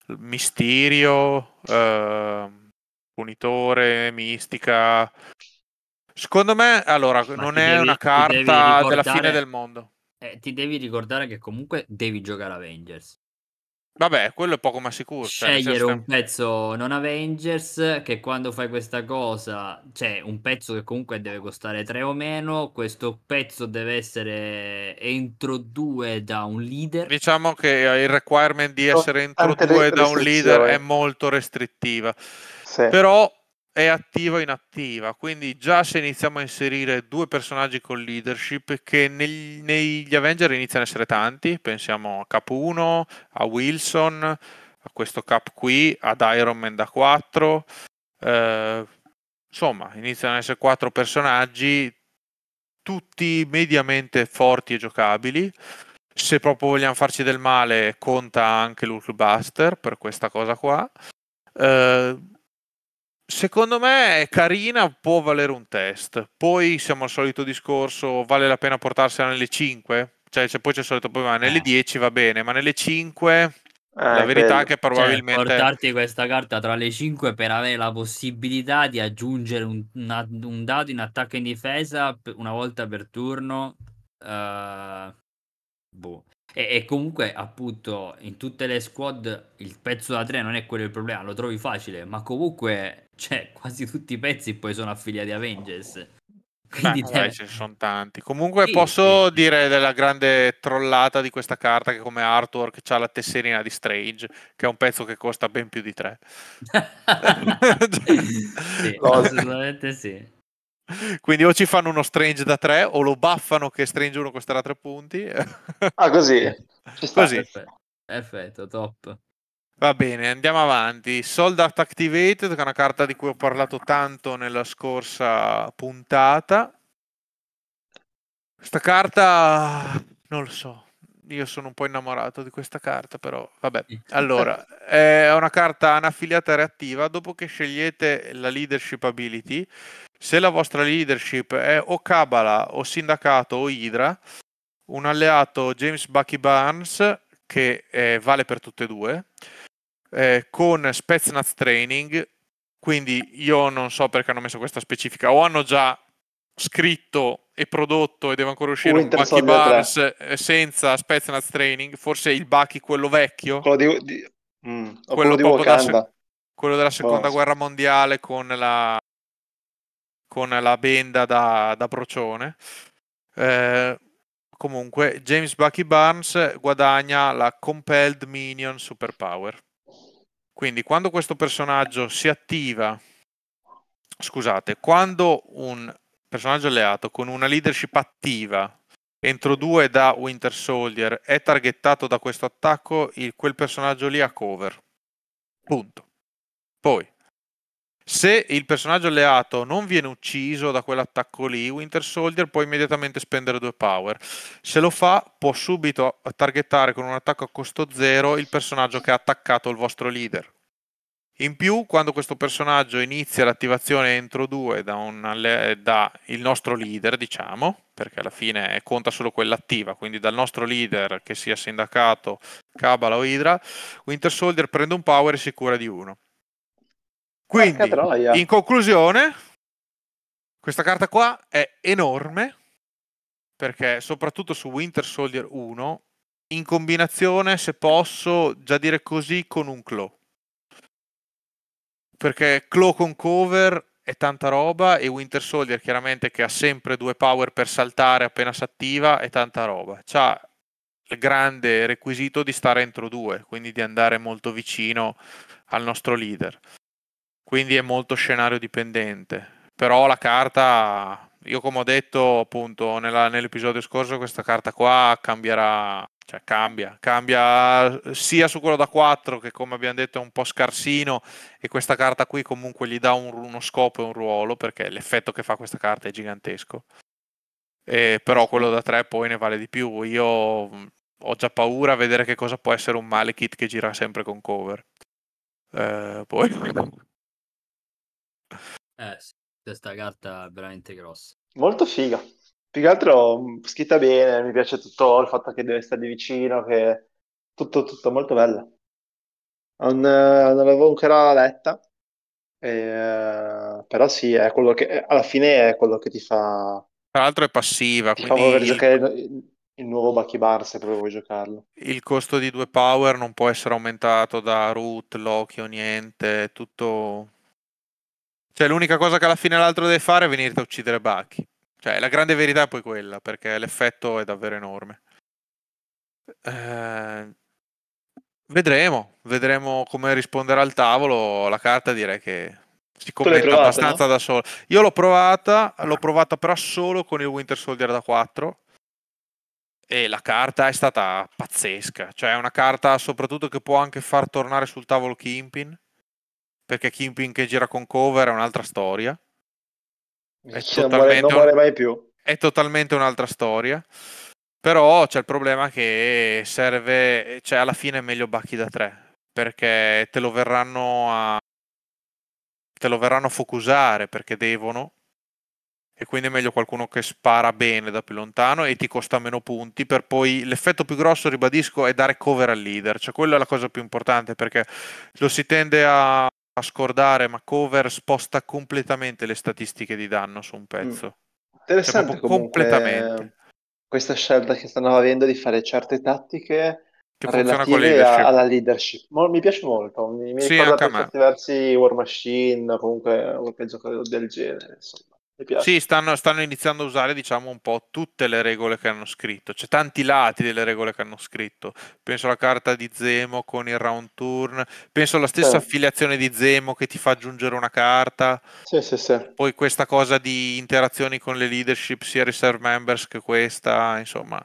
Mysterio, eh, Punitore, Mistica. Secondo me, allora, Ma non ti è una devi ti devi carta della fine del ricordare mondo. eh, ti devi ricordare che comunque devi giocare Avengers. Vabbè, quello è poco ma sicuro, cioè nel senso Scegliere un stiamo- pezzo non Avengers, che quando fai questa cosa, cioè un pezzo che comunque deve costare tre o meno, questo pezzo deve essere entro due da un leader. Diciamo che il requirement di essere entro Tante re- due da un leader è restrizioni. molto restrittiva, Sì. però è attiva inattiva, quindi già se iniziamo a inserire due personaggi con leadership che negli, negli Avenger iniziano ad essere tanti, pensiamo a Cap uno, a Wilson, a questo Cap qui, ad Iron Man da quattro, eh, insomma iniziano ad essere quattro personaggi tutti mediamente forti e giocabili. Se proprio vogliamo farci del male, conta anche l'Hulkbuster per questa cosa qua. Eh, secondo me è carina, può valere un test. Poi siamo al solito discorso, vale la pena portarsela nelle cinque? Cioè, se poi c'è il solito problema, nelle Eh. dieci va bene, ma nelle cinque La Eh, verità è quello. che Cioè, probabilmente portarti questa carta tra le cinque per avere la possibilità di aggiungere un una un dado in attacco e in difesa p una volta per turno, uhm, boh. E e comunque, appunto, in tutte le squad il pezzo da tre non è quello il problema, lo trovi facile, ma comunque, cioè, quasi tutti i pezzi poi sono affiliati Avengers. beh, Quindi dai, te ce ne son tanti. Comunque sì, sì, posso sì. dire della grande trollata di questa carta che come artwork c'ha la tesserina di Strange, che è un pezzo che costa ben più di tre. Sì, Lol. assolutamente sì. Quindi o ci fanno uno Strange da tre o lo buffano che Strange uno costerà tre punti. Ah, così? Eh, Ci sta. Così. perfe perfetto, top. Va bene, andiamo avanti. Sold Out Activated, che è una carta di cui ho parlato tanto nella scorsa puntata. Questa carta non lo so. Io sono un po' innamorato di questa carta, però vabbè. Allora, è una carta anaffiliata reattiva. Dopo che scegliete la leadership ability, se la vostra leadership è o Kabbalah o Sindacato o Hydra, un alleato James Bucky Barnes, che eh, vale per tutte e due, eh, con Spetsnaz Training, quindi io non so perché hanno messo questa specifica, o hanno già scritto e prodotto e deve ancora uscire un Winter Bucky Soldier tre. Barnes eh, senza Spetsnaz Training, forse il Bucky quello vecchio, Quello di, di- mm, o quello quello di proprio da se- Wakanda. quello della Boh. seconda guerra mondiale con la, con la benda da, da procione. Eh, comunque, James Bucky Barnes guadagna la Compelled Minion Superpower. Quindi, quando questo personaggio si attiva, scusate, quando un personaggio alleato con una leadership attiva entro due da Winter Soldier è targettato da questo attacco, il, quel personaggio lì ha cover. Punto. Poi, se il personaggio alleato non viene ucciso da quell'attacco lì, Winter Soldier può immediatamente spendere due power. Se lo fa, può subito targettare con un attacco a costo zero il personaggio che ha attaccato il vostro leader. In più, quando questo personaggio inizia l'attivazione entro due da, un, da il nostro leader, diciamo, perché alla fine conta solo quella attiva, quindi dal nostro leader, che sia Sindacato, Kabbalah o Hydra, Winter Soldier prende un power e si cura di uno. Porca Quindi, troia. in conclusione, questa carta qua è enorme, perché soprattutto su Winter Soldier uno, in combinazione, se posso già dire così, con un Claw. Perché Claw con cover è tanta roba e Winter Soldier chiaramente che ha sempre due power per saltare appena si attiva è tanta roba. C'ha il grande requisito di stare entro due, quindi di andare molto vicino al nostro leader. Quindi è molto scenario dipendente. Però la carta, io come ho detto appunto nella- nell'episodio scorso, questa carta qua cambierà, cioè cambia, cambia sia su quello da quattro che come abbiamo detto è un po' scarsino e questa carta qui comunque gli dà un- uno scopo e un ruolo perché l'effetto che fa questa carta è gigantesco. E però quello da tre poi ne vale di più. Io mh, ho già paura a vedere che cosa può essere un Malekith che gira sempre con cover. Eh, poi Eh sì, questa carta è veramente grossa. Molto figa. Più che altro mh, scritta bene, mi piace tutto il fatto che deve stare vicino, che tutto, tutto molto bella. Non, eh, non l'avevo ancora letta, eh, però sì, è quello che, alla fine è quello che ti fa, tra l'altro è passiva, ti fa voler quindi il, giocare il, il nuovo Bucky Barnes se proprio vuoi giocarlo. il costo di due power non può essere aumentato da root, Loki o niente, è tutto. Cioè l'unica cosa che alla fine l'altro deve fare è venirti a uccidere Bucky. Cioè la grande verità è poi quella, perché l'effetto è davvero enorme. Eh, vedremo, vedremo come risponderà al tavolo. La carta direi che si Tu l'hai commenta provato, abbastanza no? da sola. Io l'ho provata, l'ho provata però solo con il Winter Soldier da quattro. E la carta è stata pazzesca, cioè è una carta soprattutto che può anche far tornare sul tavolo Kingpin, perché Kingpin che gira con cover è un'altra storia, è Minchia, non muore, non totalmente, un- muore mai più. è totalmente un'altra storia, però c'è il problema che serve, cioè alla fine è meglio Bucky da tre, perché te lo verranno a, te lo verranno a focusare, perché devono, e quindi è meglio qualcuno che spara bene da più lontano e ti costa meno punti, per poi l'effetto più grosso, ribadisco, è dare cover al leader, cioè quella è la cosa più importante, perché lo si tende a, a scordare, ma cover sposta completamente le statistiche di danno su un Mm. pezzo, cioè Interessante proprio completamente, comunque questa scelta che stanno avendo di fare certe tattiche che funziona con relative a- leadership. alla leadership. Mo- mi piace molto, mi, mi Sì, ricorda anche a per me. certi versi War Machine, comunque qualche gioco del genere, insomma, mi Sì, piace. stanno, stanno iniziando a usare, diciamo, un po' tutte le regole che hanno scritto. C'è tanti lati delle regole che hanno scritto. Penso alla carta di Zemo con il round turn, penso alla Sì, stessa affiliazione di Zemo che ti fa aggiungere una carta. sì, sì, sì. Poi questa cosa di interazioni con le leadership, sia reserve members che questa, insomma.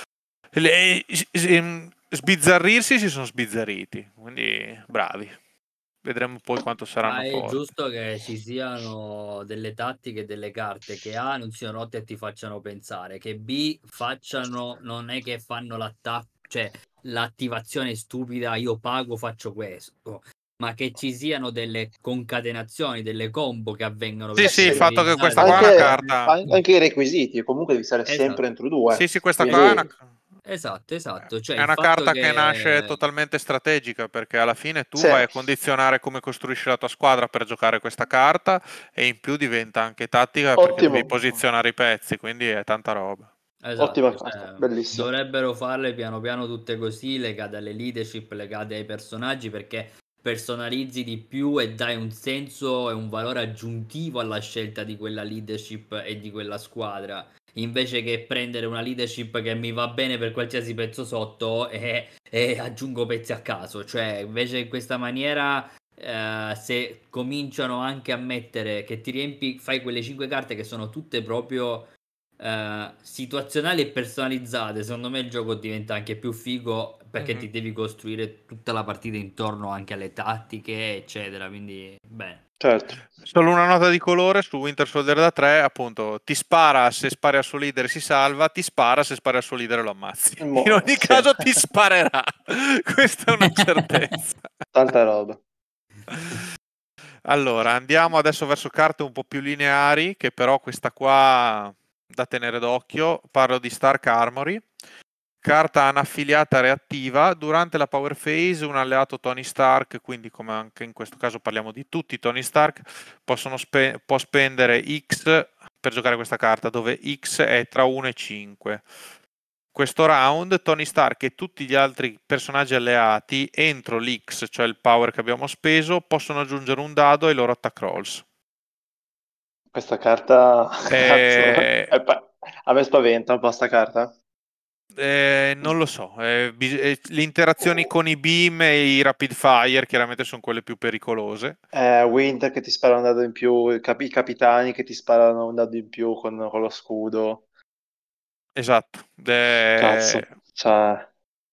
Le- s- s- sbizzarrirsi si sono sbizzarriti, quindi bravi. Vedremo poi quanto saranno Ma è forti. giusto che ci siano delle tattiche e delle carte che A non siano rotte e ti facciano pensare, che B facciano non è che fanno l'attacco, cioè l'attivazione stupida, io pago, faccio questo, ma che ci siano delle concatenazioni, delle combo che avvengono Sì, Eh per sì, sì, il ma fatto che sincronizzare questa qua è una anche, bene. carta. an- anche i requisiti, comunque devi stare sempre Esatto, entro due, Sì, sì, questa qua è una, quindi esatto, esatto. Cioè è il una fatto carta che nasce che totalmente strategica, perché alla fine tu sì, vai a condizionare come costruisci la tua squadra per giocare questa carta, e in più diventa anche tattica perché devi ottimo, posizionare i pezzi, quindi è tanta roba. ottima esatto, carta, cioè, bellissima. dovrebbero farle piano piano tutte così, legate alle leadership, legate ai personaggi, perché personalizzi di più e dai un senso e un valore aggiuntivo alla scelta di quella leadership e di quella squadra, invece che prendere una leadership che mi va bene per qualsiasi pezzo sotto e, e aggiungo pezzi a caso. Cioè, invece in questa maniera, eh, se cominciano anche a mettere che ti riempi, fai quelle cinque carte che sono tutte proprio eh, situazionali e personalizzate, secondo me il gioco diventa anche più figo perché Mhm. ti devi costruire tutta la partita intorno anche alle tattiche, eccetera. Quindi, bene. Certo. Solo una nota di colore su Winter Soldier da tre, appunto, ti spara se spari al suo leader e si salva, ti spara se spari al suo leader e lo ammazzi. In Mo- ogni sì. caso ti sparerà, questa è una certezza. Tanta roba. Allora, andiamo adesso verso carte un po' più lineari, che però questa qua da tenere d'occhio. Parlo di Stark Armory. Carta anaffiliata reattiva. Durante la Power Phase, un alleato Tony Stark, quindi come anche in questo caso parliamo di tutti Tony Stark, possono spe- può spendere X per giocare questa carta, dove X è tra uno e cinque. Questo round Tony Stark e tutti gli altri personaggi alleati entro l'X, cioè il power che abbiamo speso, possono aggiungere un dado ai loro attack rolls. Questa carta, cazzo, Eh, è pa- a me spaventa un po' sta carta. eh, non lo so, eh, bis- eh, le interazioni con i beam e i rapid fire chiaramente sono quelle più pericolose. Eh, Winter che ti spara un dado in più, i, capi- i capitani che ti sparano un dado in più con, con lo scudo. Esatto. Eh, Cazzo, cioè,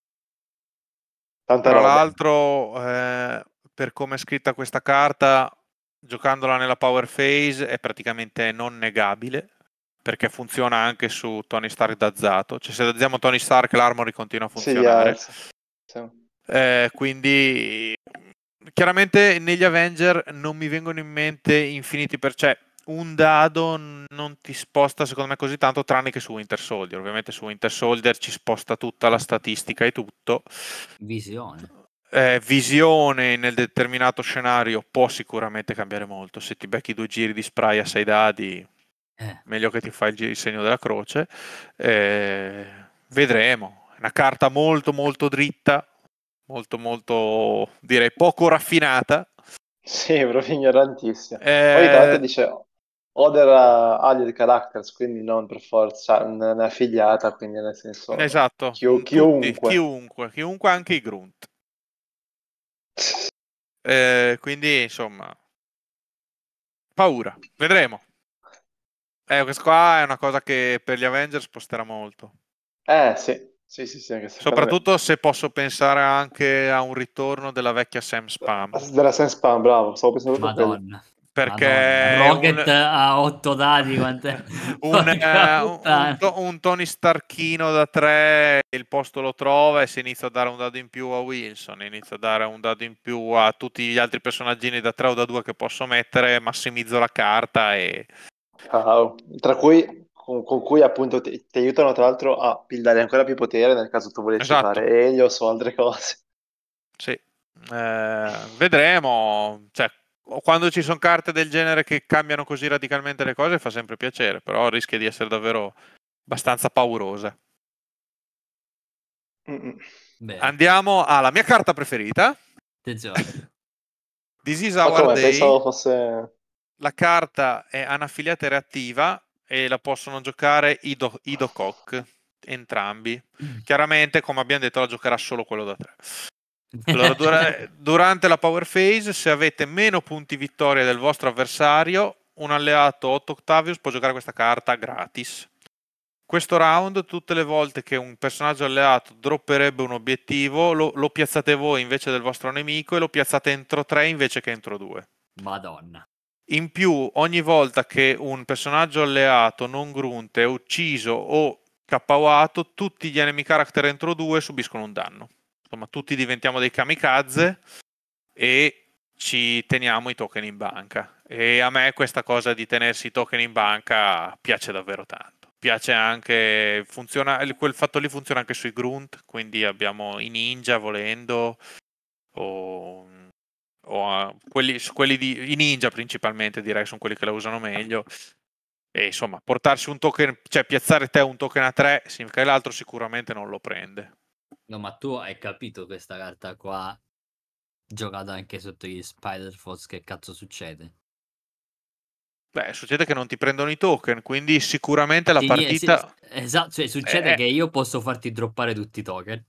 tanta tra roba. l'altro, eh, per come è scritta questa carta, giocandola nella power phase è praticamente non negabile, perché funziona anche su Tony Stark dazzato. Cioè, se dazziamo Tony Stark, l'armory continua a Si funzionare. alza. Sì. Eh, quindi, chiaramente negli Avenger non mi vengono in mente infiniti per... Cioè, un dado non ti sposta secondo me così tanto, tranne che su Winter Soldier. Ovviamente su Winter Soldier ci sposta tutta la statistica e tutto. Visione. Eh, visione nel determinato scenario può sicuramente cambiare molto. Se ti becchi due giri di spray a sei dadi, Eh. meglio che ti fai il, gi- il segno della croce. Eh, vedremo. È una carta molto molto dritta, molto molto direi poco raffinata. Sì, proprio ignorantissima. Poi tra l'altro Eh, dice Other uh, Allied Characters, quindi non per forza un'affiliata, quindi nel senso esatto, chiu- mm, tutti, chiunque. chiunque, chiunque, anche i Grunt. Eh, quindi insomma, paura. Vedremo. Eh, questa qua è una cosa che per gli Avengers sposterà molto. Eh sì, sì, sì, sì, anche secondo me. Soprattutto se posso pensare anche a un ritorno della vecchia Sam Spam. Della Sense Spam, bravo, stavo pensando proprio a quello. Madonna. Madonna. Perché un, Rocket a otto dadi, quant'è? un, Porca eh, un, puttana. to- un Tony Starchino da tre, il posto lo trova e si inizia a dare un dado in più a Wilson, inizia a dare un dado in più a tutti gli altri personaggini da tre o da due che posso mettere, massimizzo la carta e Wow. Tra cui, con, con cui appunto ti, ti aiutano tra l'altro a pildare ancora più potere nel caso tu volessi Esatto, fare Helios o altre cose. sì. Eh, vedremo. Cioè, quando ci sono carte del genere che cambiano così radicalmente le cose fa sempre piacere, però rischia di essere davvero abbastanza paurosa. Mm-mm. Bene, Andiamo alla mia carta preferita. attenzione. This is Ma Our come? Day. Pensavo fosse... La carta è anaffiliata e reattiva e la possono giocare i, do- i Docock, entrambi. Chiaramente, come abbiamo detto, la giocherà solo quello da tre. Allora, dura- durante la Power Phase, se avete meno punti vittoria del vostro avversario, un alleato otto Octavius può giocare questa carta gratis. Questo round, tutte le volte che un personaggio alleato dropperebbe un obiettivo, lo, lo piazzate voi invece del vostro nemico e lo piazzate entro tre invece che entro due. Madonna. In più, ogni volta che un personaggio alleato non grunt è ucciso o K O-ato, tutti gli enemy character entro due subiscono un danno. Insomma, tutti diventiamo dei kamikaze e ci teniamo i token in banca. E a me questa cosa di tenersi i token in banca piace davvero tanto. Piace anche, funziona, quel fatto lì funziona anche sui grunt, quindi abbiamo i ninja volendo, o, o a- quelli, su quelli di, i ninja principalmente direi sono quelli che la usano meglio. E insomma, portarsi un token, cioè piazzare te un token a tre significa che l'altro sicuramente non lo prende. No, ma tu hai capito questa carta qua, giocata anche sotto gli Spider Force, che cazzo succede? Beh, succede che non ti prendono i token, quindi sicuramente la Sì, nie- sì, partita esatto, cioè è, succede è- che io posso farti droppare tutti i token.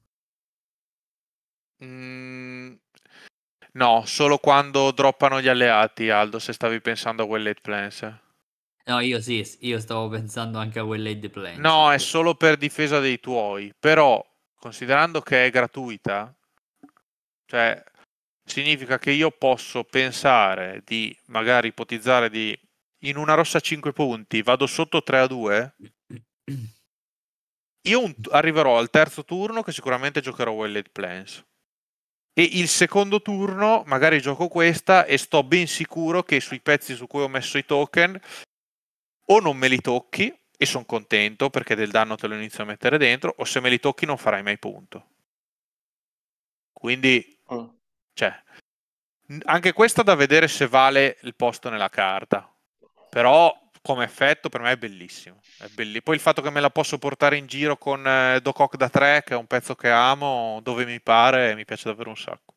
mm, no, solo quando droppano gli alleati, Aldo, se stavi pensando a quel late plans. No, io sì, io stavo pensando anche a quelle di Plants. No, è Sì. solo per difesa dei tuoi, però considerando che è gratuita, cioè significa che io posso pensare di magari ipotizzare di in una rossa cinque punti vado sotto tre a due. Io un- arriverò al terzo turno che sicuramente giocherò Wild Plans. E il secondo turno magari gioco questa e sto ben sicuro che sui pezzi su cui ho messo i token o non me li tocchi e sono contento perché del danno te lo inizio a mettere dentro, o se me li tocchi non farai mai punto. Quindi, Mm. cioè, anche questa da vedere se vale il posto nella carta. Però come effetto per me è bellissimo. È belli- Poi il fatto che me la posso portare in giro con eh, Doc Ock da tre, che è un pezzo che amo, dove mi pare, mi piace davvero un sacco.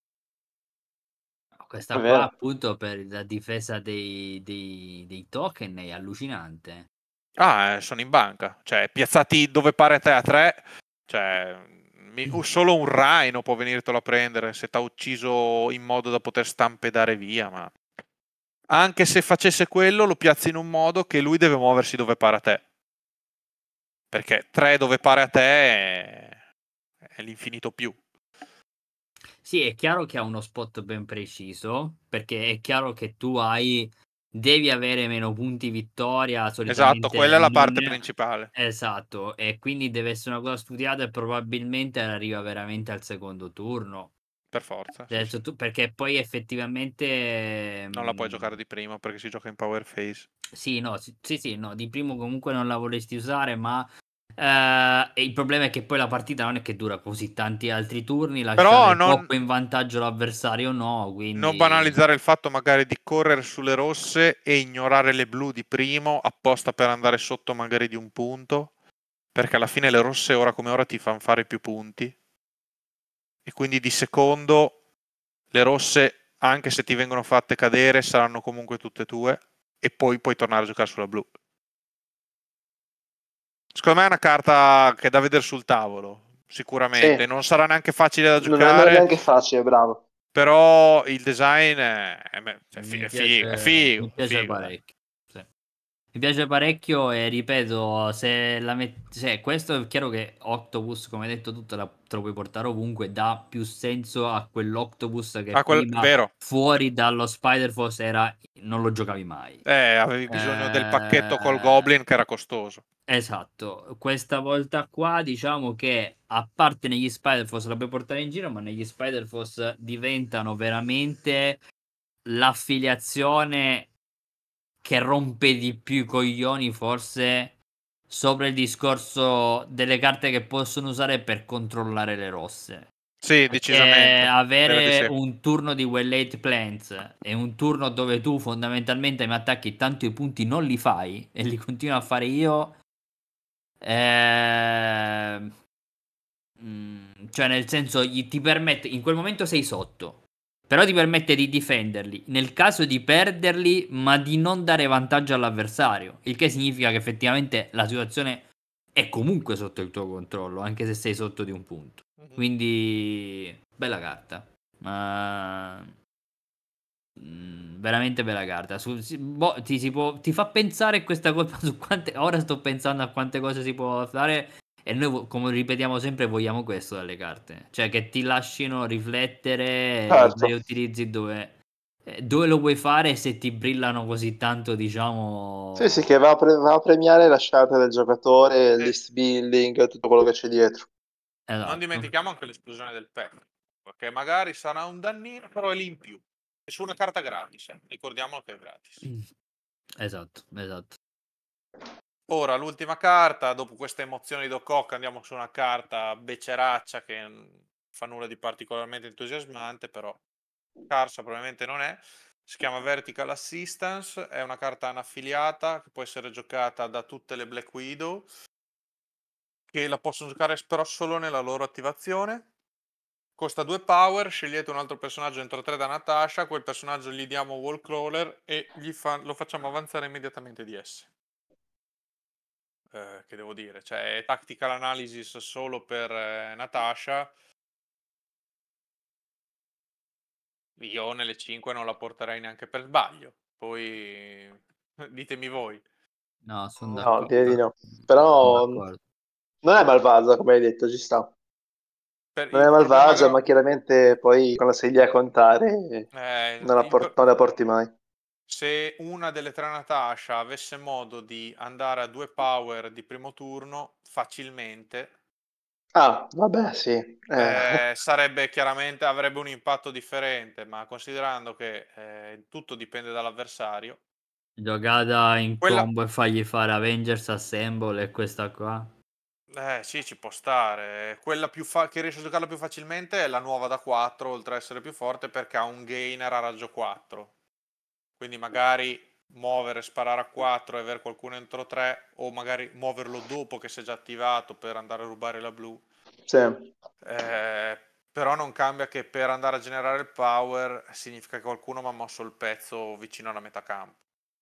È Questa qua, vero. appunto, per la difesa dei, dei, dei token è allucinante. Ah, eh, sono in banca. Cioè, piazzati dove pare a te a tre, cioè, mi- solo un Rhino può venirtelo a prendere se t'ha ucciso in modo da poter stampedare via, ma anche se facesse quello, lo piazzi in un modo che lui deve muoversi dove pare a te. Perché tre dove pare a te è, è l'infinito più. Sì, è chiaro che ha uno spot ben preciso, perché è chiaro che tu hai devi avere meno punti vittoria, Esatto, solitamente quella è la non parte è principale, esatto, e quindi deve essere una cosa studiata e probabilmente arriva veramente al secondo turno. per forza, sì, Adesso sì. tu perché poi effettivamente, Non la puoi giocare mhmm di prima perché si gioca in power phase. sì, no, sì, sì, sì, no, di primo comunque non la vorresti usare, ma ehm, e il problema è che poi la partita non è che dura così tanti altri turni, Però lasciare non, troppo in vantaggio l'avversario no, non quindi banalizzare il fatto magari di correre sulle rosse e ignorare le blu di primo apposta per andare sotto magari di un punto, perché alla fine le rosse ora come ora ti fanno fare più punti e quindi di secondo le rosse, anche se ti vengono fatte cadere, saranno comunque tutte tue e poi puoi tornare a giocare sulla blu. Secondo me è una carta che è da vedere sul tavolo, sicuramente. Sì, Non sarà neanche facile da non è, non è giocare, neanche facile, bravo. però il design è, è, cioè, è fi- mi è figo, è piace mi figo, è piace figo, dai. parecchio, sì. Mi piace parecchio e ripeto, se la met cioè questo è chiaro che Octopus, come hai detto tu, te la te lo puoi portare ovunque, dà più senso a quell'Octopus che Ah, quel, prima vero. fuori dallo Spider-Force era non lo giocavi mai. Eh, avevi bisogno del pacchetto col Ehm Goblin che era costoso. Esatto, questa volta qua diciamo che a parte negli Spider-Force la puoi portare in giro, ma negli Spider-Force diventano veramente l'affiliazione che rompe di più i coglioni forse sopra il discorso delle carte che possono usare per controllare le rosse. Sì, Perché decisamente. Direi di avere sì. un turno di well late plants e un turno dove tu fondamentalmente mi attacchi tanto i punti non li fai e li continuo a fare io, ehm, mhmm, cioè nel senso gli ti permette in quel momento sei sotto, però ti permette di difenderli, nel caso di perderli, ma di non dare vantaggio all'avversario, il che significa che effettivamente la situazione è comunque sotto il tuo controllo, anche se sei sotto di un punto. Mhm. Quindi bella carta. Ma mhmm, veramente bella carta. Su si boh, ti si può ti fa pensare questa cosa su quante ora sto pensando a quante cose si può fare e noi vo come ripetiamo sempre vogliamo questo dalle carte, cioè che ti lascino riflettere e Certo. le utilizzi dove ehm, dove lo vuoi fare e se ti brillano così tanto Sì, sì, diciamo che va a, pre- va a premiare la scelta del giocatore, il Sì. list building, tutto quello che c'è dietro. Non esatto. dimentichiamo anche l'esplosione del pack, perché magari sarà un dannino, però è lì in più. E su una carta gratis, eh. Ricordiamolo che è gratis. Mh. Esatto, esatto. Ora, l'ultima carta, dopo queste emozioni di Doc Ock, andiamo su una carta beceraccia che non fa nulla di particolarmente entusiasmante, però scarsa probabilmente non è. Si chiama Vertical Assistance, è una carta anaffiliata che può essere giocata da tutte le Black Widow, che la possono giocare però solo nella loro attivazione. Costa due power, scegliete un altro personaggio entro tre da Natasha, quel personaggio gli diamo Wallcrawler e gli fa- lo facciamo avanzare immediatamente di S. Eh, che devo dire, cioè è tactical analysis solo per eh, Natasha. Io nelle cinque non la porterei neanche per sbaglio. Poi ditemi voi. No, son No, direi di d'accordo. no. Son Però mh, d'accordo. non è malvagia, come hai detto, ci sta. Per Non è il problema malvagia, gro- ma chiaramente poi quando sei lì a contare eh, non la, il por- pro- non la porti mai. se una delle tre Natasha avesse modo di andare a due power di primo turno facilmente, Ah, vabbè, sì. Eh, eh, sarebbe chiaramente avrebbe un impatto differente, ma considerando che eh, tutto dipende dall'avversario, Giocata in quella combo e fargli fare Avengers Assemble e questa qua. eh sì, ci può stare. Quella più fa- che riesce a giocarla più facilmente è la nuova da quattro, oltre a essere più forte perché ha un gainer a raggio quattro. Quindi magari muovere, sparare a quattro e avere qualcuno entro tre, o magari muoverlo dopo che si è già attivato per andare a rubare la blu. sì. Eh, però non cambia che per andare a generare il power significa che qualcuno mi ha mosso il pezzo vicino alla metà campo.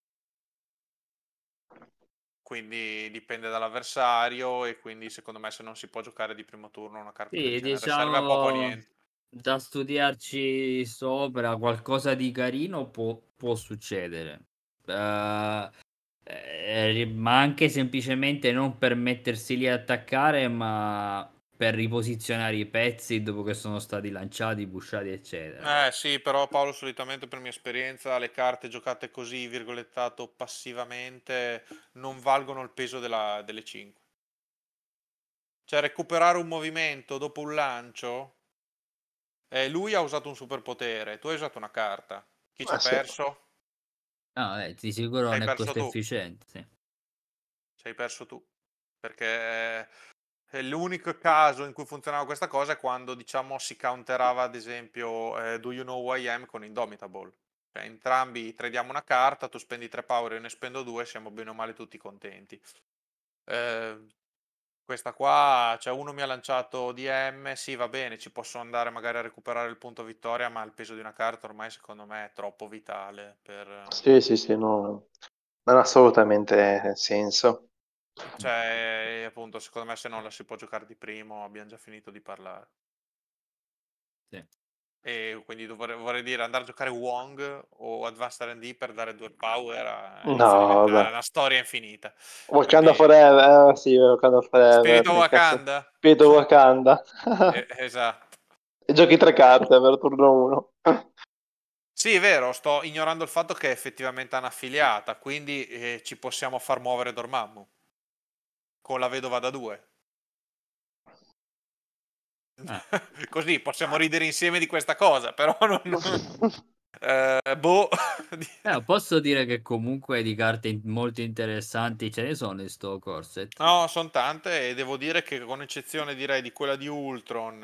Quindi dipende dall'avversario e quindi secondo me se non si può giocare di primo turno una carta del Sì, genere serve a poco o diciamo niente. da studiarci sopra qualcosa di carino può può succedere. Ehm, ehm, ma anche semplicemente non per mettersi lì a attaccare, ma per riposizionare i pezzi dopo che sono stati lanciati, pushati, eccetera. Eh sì, però Paolo, solitamente per mia esperienza, le carte giocate così, virgolettato, passivamente, non valgono il peso della- delle cinque. Cioè, recuperare un movimento dopo un lancio, eh, lui ha usato un superpotere, tu hai usato una carta. Chi ci Ah, ha sì. perso? No, eh, di sicuro Ci non hai è perso costo tu. efficiente, sì. Ci hai perso tu. Perché eh, l'unico caso in cui funzionava questa cosa è quando, diciamo, si counterava, ad esempio, eh, Do You Know Who I Am con Indomitable. Cioè, entrambi tradiamo una carta, tu spendi tre power, io ne spendo due, siamo bene o male tutti contenti. Eh, questa qua, cioè uno mi ha lanciato D M, sì va bene, ci posso andare magari a recuperare il punto vittoria, ma il peso di una carta ormai secondo me è troppo vitale per... Sì, sì, sì, no, non ha assolutamente senso. Cioè, appunto, secondo me se non la si può giocare di primo abbiamo già finito di parlare. Sì. E quindi vorrei, vorrei dire andare a giocare Wong o Advanced R and D per dare due power a- No, inizia a diventare vabbè. una storia infinita. Wakanda Quindi, Forever, eh, sì, Wakanda Forever, Spirito che cazzo. Wakanda? Spirito Wakanda. Eh, esatto. E giochi tre carte per turno uno. Sì, è vero, sto ignorando il fatto che è effettivamente un'affiliata, quindi eh, ci possiamo far muovere Dormammu con la vedova da due. Eh. Così possiamo ridere insieme di questa cosa, però non, Eh, boh. Eh, posso dire che comunque di carte in- molto interessanti ce ne sono in sto corset. No, sono tante e devo dire che con eccezione direi di quella di Ultron,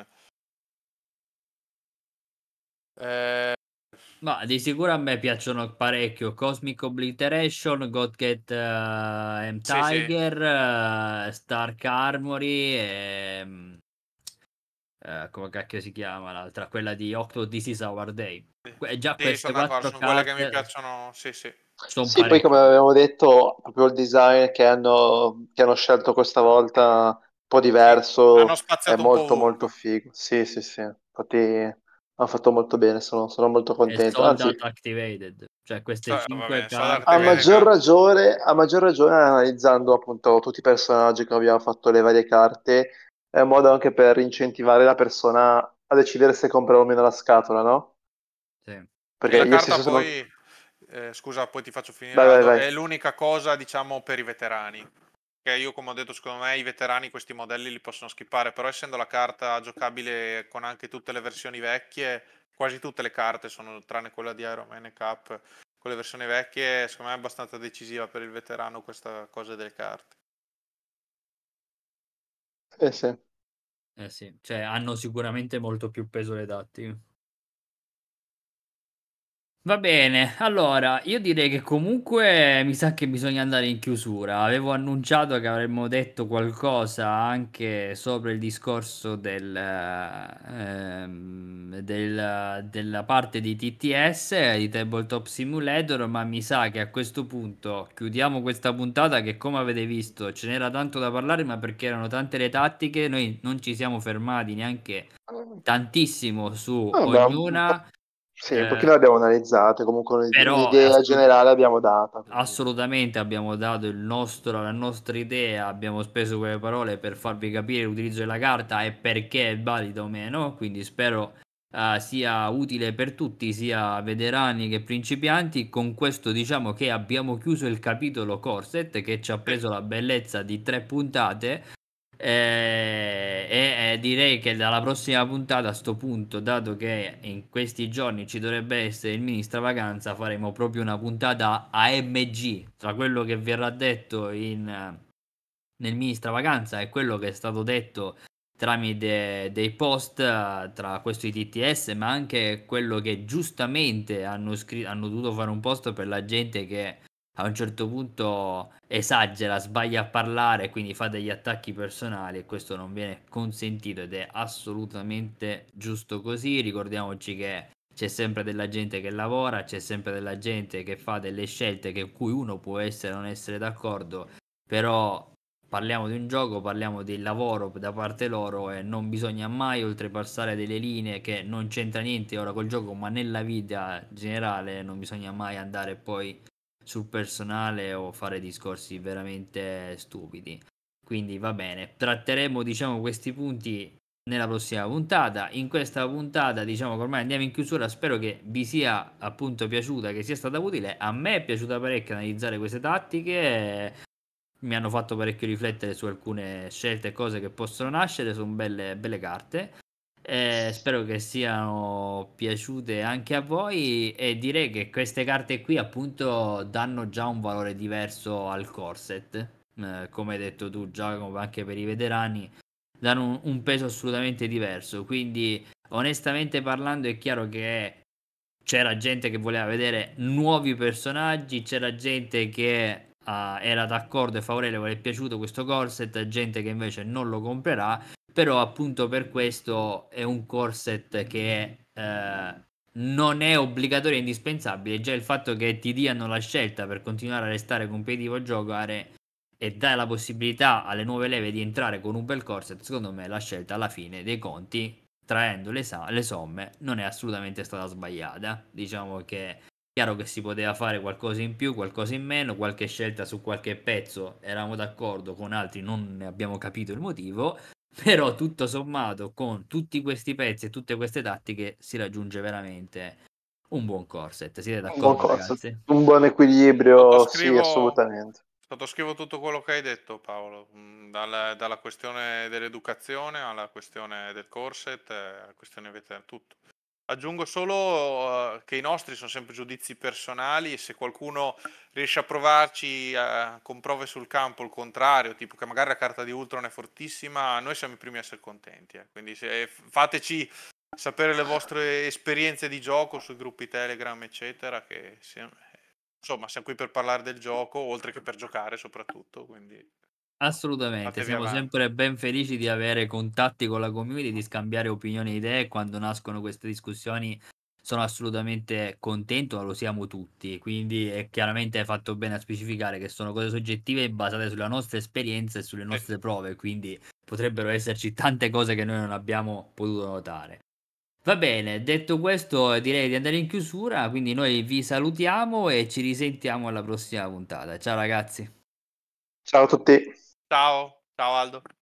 eh, Ma di sicuro a me piacciono parecchio Cosmic Obliteration, Godget uh, sì, sì, Tiger, eh, Stark Armory e... mm, eh, come cacchio si chiama l'altra? Quella di Octo This is Our Day. Que- già sì, queste sono d'accordo, quattro sono quelle che mi carte piacciono, sì, sì. sono Sì, poi parecchio. come avevamo detto, proprio il design che hanno, che hanno scelto questa volta, un po' Sì, hanno diverso, è spaziato un po' molto molto ovunque. figo. Sì, sì, sì, infatti hanno fatto molto bene, sono, sono molto È contento. sold Anzi, out activated, cioè So- queste cinque vabbè, Solar a carte. maggior Activated, ragione, a maggior ragione analizzando appunto tutti i personaggi che abbiamo fatto le varie carte, è un modo anche per incentivare la persona a decidere se comprare o meno la scatola, no? Sì. e Perché la io carta stesso sono... poi, eh, scusa, poi ti faccio finire Vai, vai, Aldo, vai. è l'unica cosa, diciamo, per i veterani. Che io, come ho detto, secondo me i veterani questi modelli li possono skippare, però essendo la carta giocabile con anche tutte le versioni vecchie, quasi tutte le carte sono, tranne quella di Iron Man e Cap, con le versioni vecchie, secondo me è abbastanza decisiva per il veterano questa cosa delle carte. Sì, sì. Eh sì, cioè hanno sicuramente molto più peso le tattiche. Va bene, allora io direi che comunque mi sa che bisogna andare in chiusura. Avevo annunciato che avremmo detto qualcosa anche sopra il discorso del, ehm, del- della parte di T T S, di Tabletop Simulator, ma mi sa che a questo punto chiudiamo questa puntata che come avete visto ce n'era tanto da parlare, ma perché erano tante le tattiche, noi non ci siamo fermati neanche tantissimo su Vabbè, un po', ognuna. sì, un pochino eh, l'abbiamo analizzate, comunque un- Però è un'idea assolut generale abbiamo data, quindi assolutamente abbiamo dato il nostro la nostra idea, abbiamo speso quelle parole per farvi capire l'utilizzo della carta e perché è valido o meno, quindi spero, uhm, sia utile per tutti, sia veterani che principianti. Con questo diciamo che abbiamo chiuso il capitolo Corset, che ci ha Sì. preso la bellezza di tre puntate. Eh, e, e direi che dalla prossima puntata a sto punto, dato che in questi giorni ci dovrebbe essere il mini stravaganza, faremo proprio una puntata A M G tra quello che verrà detto in, nel mini stravaganza e quello che è stato detto tramite dei post, eh, tra questi T T S, ma anche quello che giustamente hanno, scri- hanno dovuto fare un post per la gente che a un certo punto esagera, sbaglia a parlare e quindi fa degli attacchi personali e questo non viene consentito ed è assolutamente giusto così. Ricordiamoci che c'è sempre della gente che lavora, c'è sempre della gente che fa delle scelte che cui uno può essere o non essere d'accordo, però parliamo di un gioco, parliamo del lavoro da parte loro e non bisogna mai oltrepassare delle linee che non c'entra niente ora col gioco, ma nella vita generale non bisogna mai andare poi sul personale o fare discorsi veramente stupidi. Quindi va bene, tratteremo diciamo questi punti nella prossima puntata. In questa puntata diciamo che ormai andiamo in chiusura, spero che vi sia appunto piaciuta, che sia stata utile. A me è piaciuta parecchio analizzare queste tattiche, mi hanno fatto parecchio riflettere su alcune scelte e cose che possono nascere, sono belle, belle carte. Eh, spero che siano piaciute anche a voi e direi che queste carte qui appunto danno già un valore diverso al corset. Eh, come hai detto tu Giacomo, anche per i veterani danno un, un peso assolutamente diverso, quindi onestamente parlando è chiaro che c'era gente che voleva vedere nuovi personaggi, c'era gente che uh, era d'accordo e favorevole, è piaciuto questo corset, gente che invece non lo comprerà, però appunto per questo è un corset che eh, non è obbligatorio e indispensabile, già il fatto che ti diano la scelta per continuare a restare competitivo a giocare e dai la possibilità alle nuove leve di entrare con un bel corset, secondo me la scelta alla fine dei conti, traendo le, sa- le somme, non è assolutamente stata sbagliata. Diciamo che è chiaro che si poteva fare qualcosa in più, qualcosa in meno, qualche scelta su qualche pezzo eravamo d'accordo, con altri non ne abbiamo capito il motivo, però tutto sommato con tutti questi pezzi e tutte queste tattiche si raggiunge veramente un buon corset. Siete un buon d'accordo corso, ragazzi? un buon equilibrio, sì, Sottoscrivo, assolutamente. sottoscrivo tutto quello che hai detto, Paolo, mm, dal- dalla questione dell'educazione alla questione del corset, eh, alla questione veterana, tutto. Aggiungo solo uh, che i nostri sono sempre giudizi personali, e se qualcuno riesce a provarci uh, con prove sul campo il contrario, tipo che magari la carta di Ultron è fortissima, noi siamo i primi a essere contenti. Eh. Quindi se, fateci sapere le vostre esperienze di gioco sui gruppi Telegram, eccetera, che siamo, insomma siamo qui per parlare del gioco, oltre che per giocare soprattutto, quindi Assolutamente, fatevi siamo avanti. sempre ben felici di avere contatti con la community, di scambiare opinioni e idee. Quando nascono queste discussioni sono assolutamente contento, lo siamo tutti. Quindi e chiaramente hai fatto bene a specificare che sono cose soggettive basate sulla nostra esperienza e sulle Sì. nostre prove, quindi potrebbero esserci tante cose che noi non abbiamo potuto notare. Va bene, detto questo direi di andare in chiusura, quindi noi vi salutiamo e ci risentiamo alla prossima puntata. Ciao ragazzi. Ciao a tutti. Ciao, ciao Aldo.